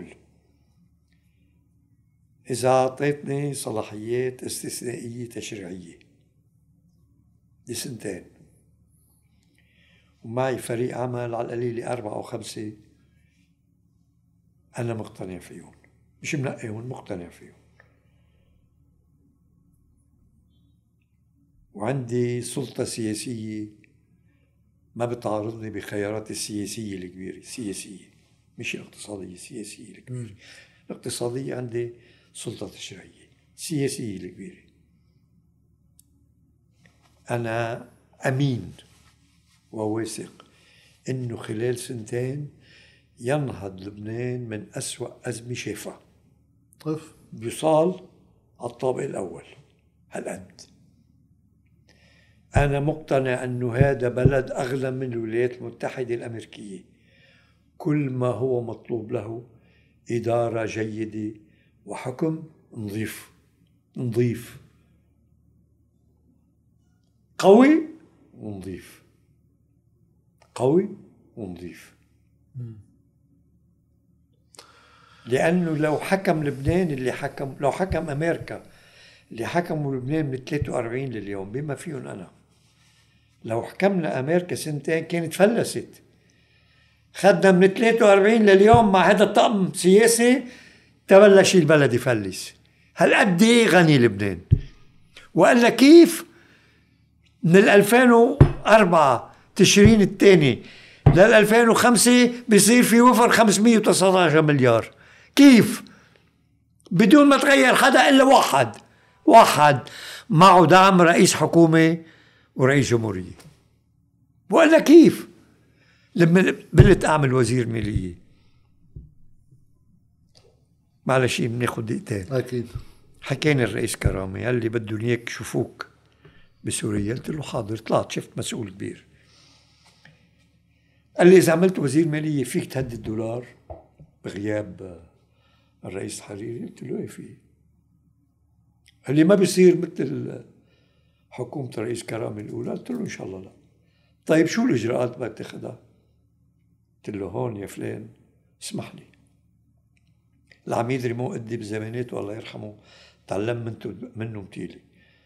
إذا أعطيتني صلاحيات استثنائية تشريعية لسنتين ومعي فريق عمل على القليلة أربعة أو خمسة، أنا مقتنع فيهم، مش منقيهم، مقتنع فيهم. وعندي سلطة سياسية ما بتعارضني بخياراتي السياسية الكبيرة، السياسية مش الاقتصادية، السياسية الكبيرة. الاقتصادية عندي سلطة تشريعية، السياسية الكبيرة. أنا أمين وواثق إنه خلال سنتين ينهض لبنان من أسوأ أزمة شافها. طيف بيصال على الطابق الأول هالقد. أنا مقتنع أنه هذا بلد أغلى من الولايات المتحدة الأمريكية. كل ما هو مطلوب له إدارة جيدة وحكم نظيف نظيف قوي ونظيف قوي ونظيف. لأنه لو حكم لبنان اللي حكم، لو حكم أمريكا اللي حكموا لبنان من ثلاثة وأربعين لليوم بما فيهم أنا، لو حكمنا أمريكا سنتين كانت فلست. خدنا من ثلاثة وأربعين لليوم مع هذا الطقم سياسي تبلش البلد يفلس. هالقد غني لبنان. وقال كيف من ألفين وأربعة تشرين الثاني لل ألفين وخمسة بيصير في وفر خمسمية وتسعة عشر مليار؟ كيف؟ بدون ما تغير حدا إلا واحد واحد معه دعم رئيس حكومة ورئيس جمهورية. وقال كيف؟ لما بلت أعمل وزير مالية، معلش بناخد دقيقتين. أكيد. حكينا الرئيس كرامي قال لي بدهم إياك يشوفوك بسوريا. قلت له حاضر. طلعت شفت مسؤول كبير. قال لي إذا عملت وزير مالية فيك تهدي الدولار بغياب الرئيس الحريري؟ قلت له ايه فيه؟ قال لي ما بيصير مثل حكومة الرئيس كرامي الأولى. قلت له إن شاء الله لا. طيب شو الإجراءات بدك تاخذها؟ قلت له هون يا فلان اسمح لي، العميد ريمو قدي بزماناته الله يرحمه تعلم منه متيلي،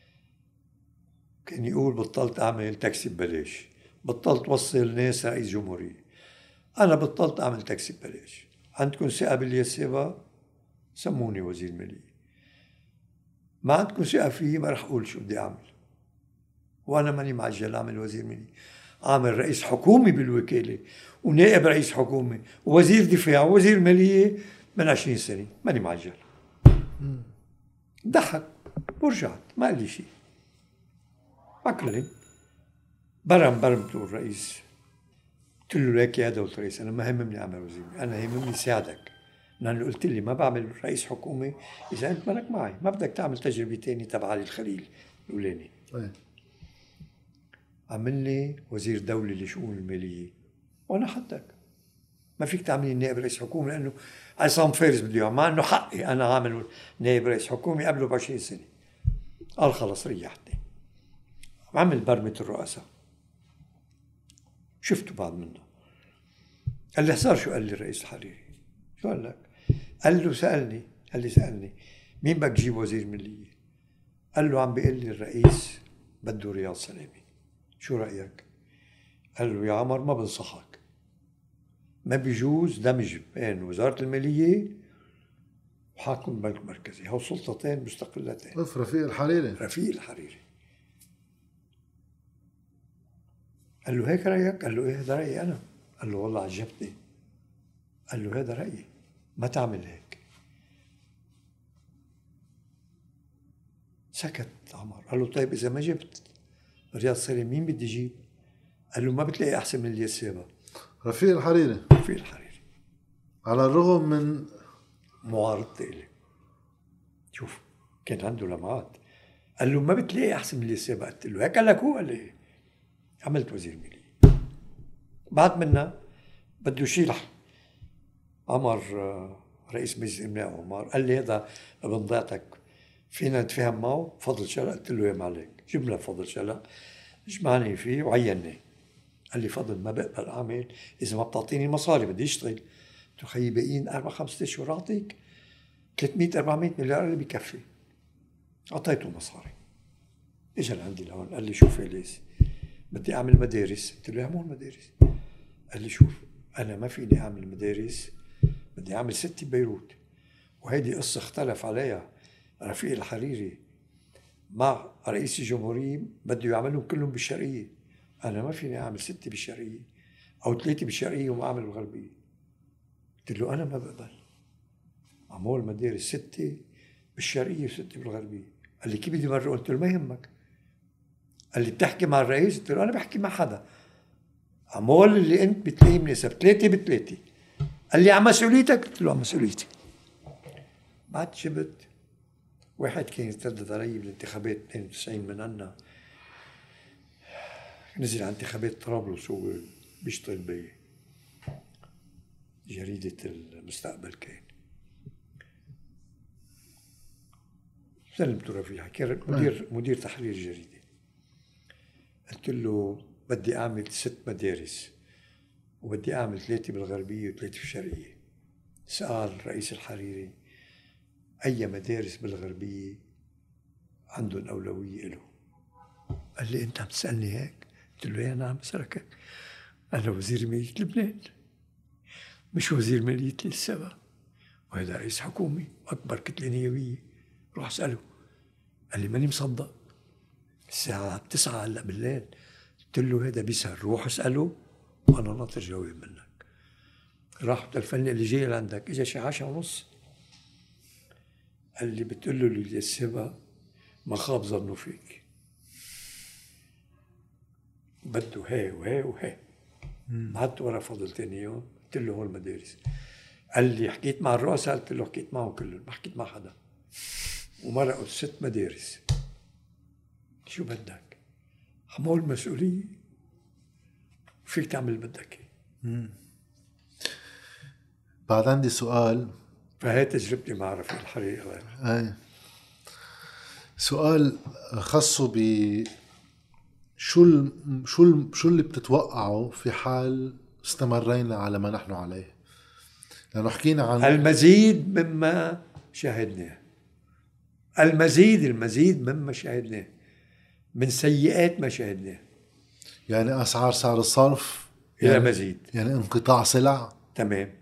كان يقول بطلت أعمل تاكسي ببلاش، بطلت وصل ناس رئيس جمهورية، أنا بطلت أعمل تاكسي ببلاش. عندكم ثقة باليسابة سموني وزير مالية، ما عندكم ثقة فيه ما رح أقول شو بدي أعمل. وأنا ماني معجل أعمل وزير مالية، أعمل رئيس حكومي بالوكالة ونائب رئيس حكومة ووزير دفاع ووزير مالية من عشرين سنة، ماني معجل. ضحك ورجعت ما قال لي شيء. أكلم برم برمته الرئيس، قلت له ليك يا دولة الرئيس أنا ما هممني أعمل وزير، أنا هممني ساعدك، لأنه قلت لي ما بعمل رئيس حكومة إذا أنت مالك معي، ما بدك تعمل تجربة تانية تبع علي الخليل الأولاني. عمل لي وزير دولة لشؤون المالية وأنا حدك ما فيك تعملي نائب رئيس حكومة، لأنه عصام فارس بده إياه، مع إنه حقي أنا عامل نائب رئيس حكومة قبله بعشرين سنة. قال خلص ريحتني. عمل برمة الرؤساء شفته بعد منه. قال لي صار شو قال لي الرئيس الحريري؟ شو قال لك؟ قال له سألني قال لي سألني مين بدك تجيب وزير مالية؟ قال له عم بيقول لي الرئيس بده رياض سلامي، شو رأيك؟ قال له يا عمر ما بنصحك، ما بيجوز دمج بين وزارة المالية وحاكم البنك المركزي، هو سلطتين مستقلتين. اوف رفيق الحريري رفيق الحريري قال له هيك رأيك؟ قال له ايه هذا رأيي أنا. قال له والله عجبتني. قال له هذا رأيي ما تعمل هيك. سكت عمر. قال له طيب إذا ما جبت رياض سلامي مين بدي جيب؟ قال له ما بتلاقي أحسن من اللي السابق. رفيق الحريري رفيق الحريري على الرغم من معارضتي إلي. شوف كان عنده لمعات. قال له ما بتلاقي أحسن من اللي السابق. قلت له هيك قال لك هو. قال لي عملت وزير مالية. بعد منا بده يشيل عمر رئيس مجلس الإمناء عمر. قال لي هذا ابن ضيعتك فينا نتفاهم معه فضل شلق. قلت له يا معلك جبنا فضل شلق جمعني فيه وعيني. قال لي فضل ما بقبل أعمل إذا ما بتعطيني مصاري بدي أشتغل. قلت له خيي باقيين أربع خمسة أشهر أعطيك ثلاثمية أربعمية مليار اللي بكفي. أعطيته مصاري. إجا لعندي لهون قال لي شوف يا ليس بدي أعمل مدارس. قلت له اعمل مدارس. قال لي شوف أنا ما فيني أعمل مدارس بدي أعمل ستة ببيروت، وهيدي قصة اختلف عليها رفيق الحريري مع رئيس الجمهورية بده يعملهم كلهم بالشرقية. أنا ما فيني أعمل ستة بالشرقية أو ثلاثة بالشرقية وما أعمل بالغربية. قلت له أنا ما بقبل عمول مدارس ستة بالشرقية وستة بالغربية. قال لي كيف بدي مرة؟ قلت له ما يهمك. قال لي بتحكي مع الرئيس؟ قلت له أنا بحكي مع حدا. عمول اللي أنت بتلاقيه مناسب ثلاثة بثلاثة. قال لي عم مسؤوليتك؟ قلت له عم مسؤوليتي. بعد شبت واحد كان يتردد علي بالانتخابات اثنين وتسعين من عنا، نزل على انتخابات طرابلس وهو بيشتغل بجريدة المستقبل. كان سلمته رفيع كان مدير مدير تحرير الجريدة. قلت له بدي أعمل ست مدارس وبدي أعمل ثلاثة بالغربية وثلاثة بالشرقية. سأل رئيس الحريري أي مدارس بالغربية عندهم أولوية له؟ قال لي أنت عم تسألني هيك؟ قلت له يا نعم بسألك. أنا وزير مالية لبنان مش وزير مالية السبا، وهذا رئيس حكومي أكبر كتلة نيوية. روح أسأله. قال لي ماني مصدق الساعة تسعة هلا بالليل. قلت له هذا بيسهر روح أسأله وأنا ناطر جواب منك. راح تلفني اللي جاي لعندك. إجا شي عشرة ونص. قال لي بتقول له اللي السبا ما خاب ظنه فيك بده هي وهي وهي. بعدت ورا فضل تاني يوم قلت له هو المدارس. قال لي حكيت مع الرؤساء؟ قلت له حكيت معهم كلهم ما حكيت مع حدا ومرقوا ست مدارس. شو بدك؟ حمول مسؤولية فيك تعمل بدك. بعد عندي سؤال. فهي تجربتي مع رفيق الحريري. اي سؤال خاصه ب شو ال... شو ال... شو اللي بتتوقعه في حال استمرينا على ما نحن عليه؟ لأنه حكينا عن المزيد مما شاهدناه. المزيد المزيد مما شاهدناه من سيئات ما شاهدناه. يعني أسعار سعر الصرف إلى يعني مزيد. يعني انقطاع سلع. تمام.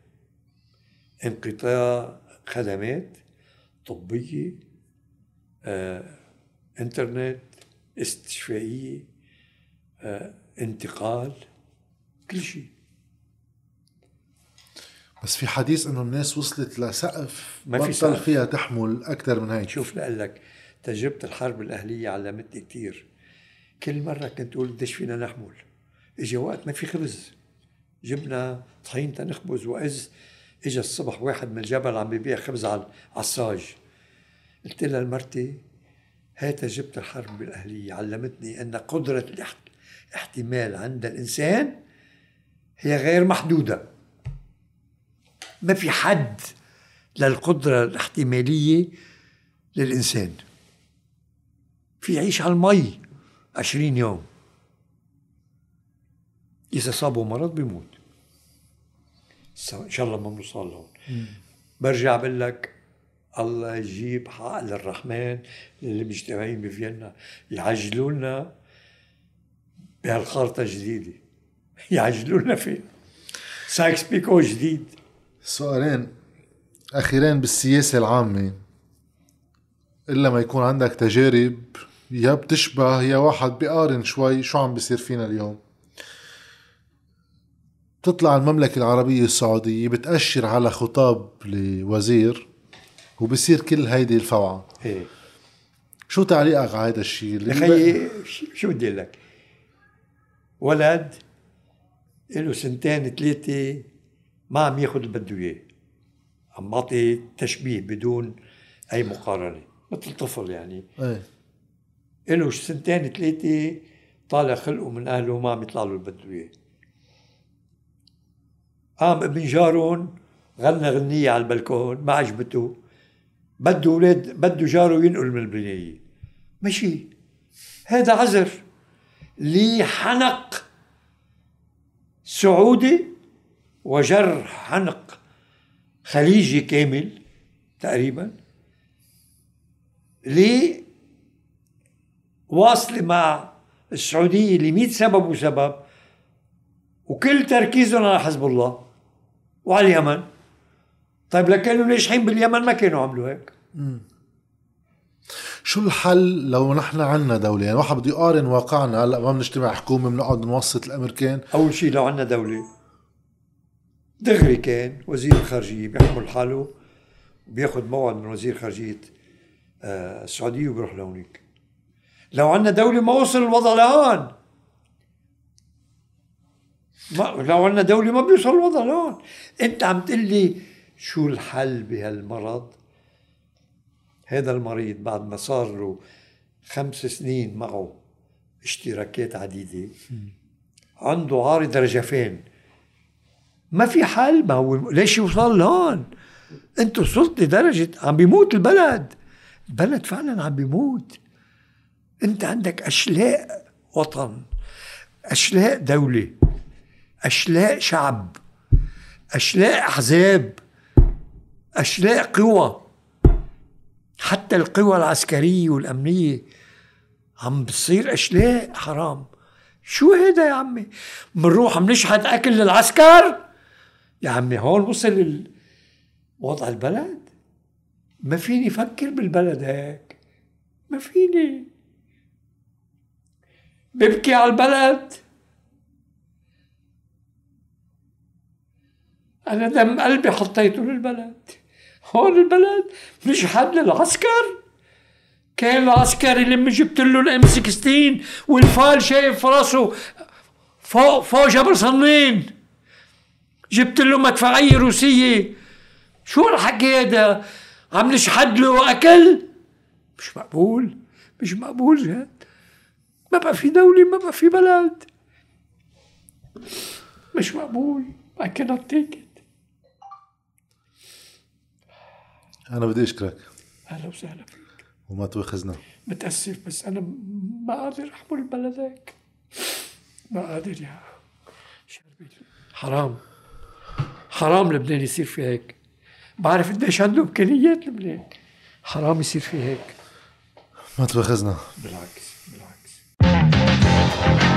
انقطاع خدمات طبية، آه، انترنت، استشفائية، آه، انتقال، كل شيء. بس في حديث انه الناس وصلت لسقف ما في بطل سقف. فيها تحمل اكثر من هيك. شوف لقلك تجربة الحرب الأهلية علمتني كتير. كل مرة كنت أقول قديش فينا نحمل. إجا وقت ما في خبز، جبنا طحين تنخبز، وإذ إجا الصبح واحد من الجبل عم بيبيع خبز على الصاج. قلت لها لمرتي هاي تجربة الحرب الأهلية علمتني أن قدرة الاحتمال عند الإنسان هي غير محدودة. ما في حد للقدرة الاحتمالية للإنسان. في يعيش على المي عشرين يوم، إذا صابه مرض بيموت. إن شاء الله ما بنوصل لهون. برجع بقول لك الله يجيب حق للرحمن اللي مجتمعين بفيينا يعجلوا لنا بهالخارطة الجديدة، يعجلوا لنا فيه سايكس بيكو جديد. سؤالين أخيرين بالسياسة العامة، إلا ما يكون عندك تجارب يا بتشبه يا واحد بيقارن شوي شو عم بيصير فينا اليوم. تطلع المملكة العربية السعودية بتأشر على خطاب لوزير وبصير كل هيدي الفوعة. إيه. شو تعليقك على هذا الشيء؟ يا خيي شو بدي لك، ولد له سنتين ثلاثة ما عم ياخذ اللي بده اياه، عم بعطي تشبيه بدون اي مقارنة، مثل طفل يعني. ايه. له سنتين ثلاثة طالع خلقه من اهله ما عم يطلع له اللي بده اياه. قام ابن جارون غنى غنية على البلكون ما عجبته، بده اولاد بده جاره ينقل من البناية. ماشي، هذا عذر لحنق سعودي وجر حنق خليجي كامل تقريبا، ليه واصل مع السعودية لمئة سبب وسبب، وكل تركيزهم على حزب الله وعلى اليمن. طيب لو كانوا ناجحين باليمن ما كانوا عملوا هيك. مم. شو الحل لو نحن عنا دولة؟ يعني واحد بده يقارن واقعنا هلا، ما بنجتمع حكومة بنقعد نوسط الامريكان. اول شيء لو عنا دولة دغري كان وزير الخارجية بيحمل حاله وبياخد موعد من وزير خارجية آه السعودية وبيروح لهونيك. لو عنا دولة ما وصل الوضع لهون، ما لو عنا دولة ما بيوصل الوضع لهون. انت عم تقول لي شو الحل بهالمرض؟ هذا المريض بعد ما صار له خمس سنين معه اشتراكات عديدة عنده عارض رجفين، ما في حل. ما هو ليش يوصل لهون؟ انت وصلت لدرجة عم بيموت البلد، البلد فعلا عم بيموت. انت عندك اشلاء وطن، اشلاء دولة، اشلاء شعب، اشلاء احزاب، اشلاء قوى، حتى القوى العسكرية والامنية عم بتصير اشلاء. حرام. شو هيدا يا عمي؟ منروح منشحت اكل للعسكر يا عمي. هون وصل وضع البلد. ما فيني افكر بالبلد هيك، ما فيني. ببكي على البلد. انا دم قلبي حطيته للبلد. هون البلد نشحت للعسكر. كان العسكري لما جبت له الام ستاشر والفال شايف راسه فوق فوق جبل صنين، جبت له مدفعية روسية. شو الحكي هذا؟ عم نشحد له أكل؟ مش مقبول، مش مقبول جد. ما بقى في دولة، ما بقى في بلد، مش مقبول. I cannot take it. أنا بدي أشكرك. أهلا وسهلا فيك. وما تواخذنا. متأسف بس أنا ما قادر أحمل البلد هيك، ما قادر يا شربي. حرام حرام لبنان يصير في هيك. بعرف قديش عنده إمكانيات لبنان، حرام يصير في هيك. ما تواخذنا. بالعكس بالعكس.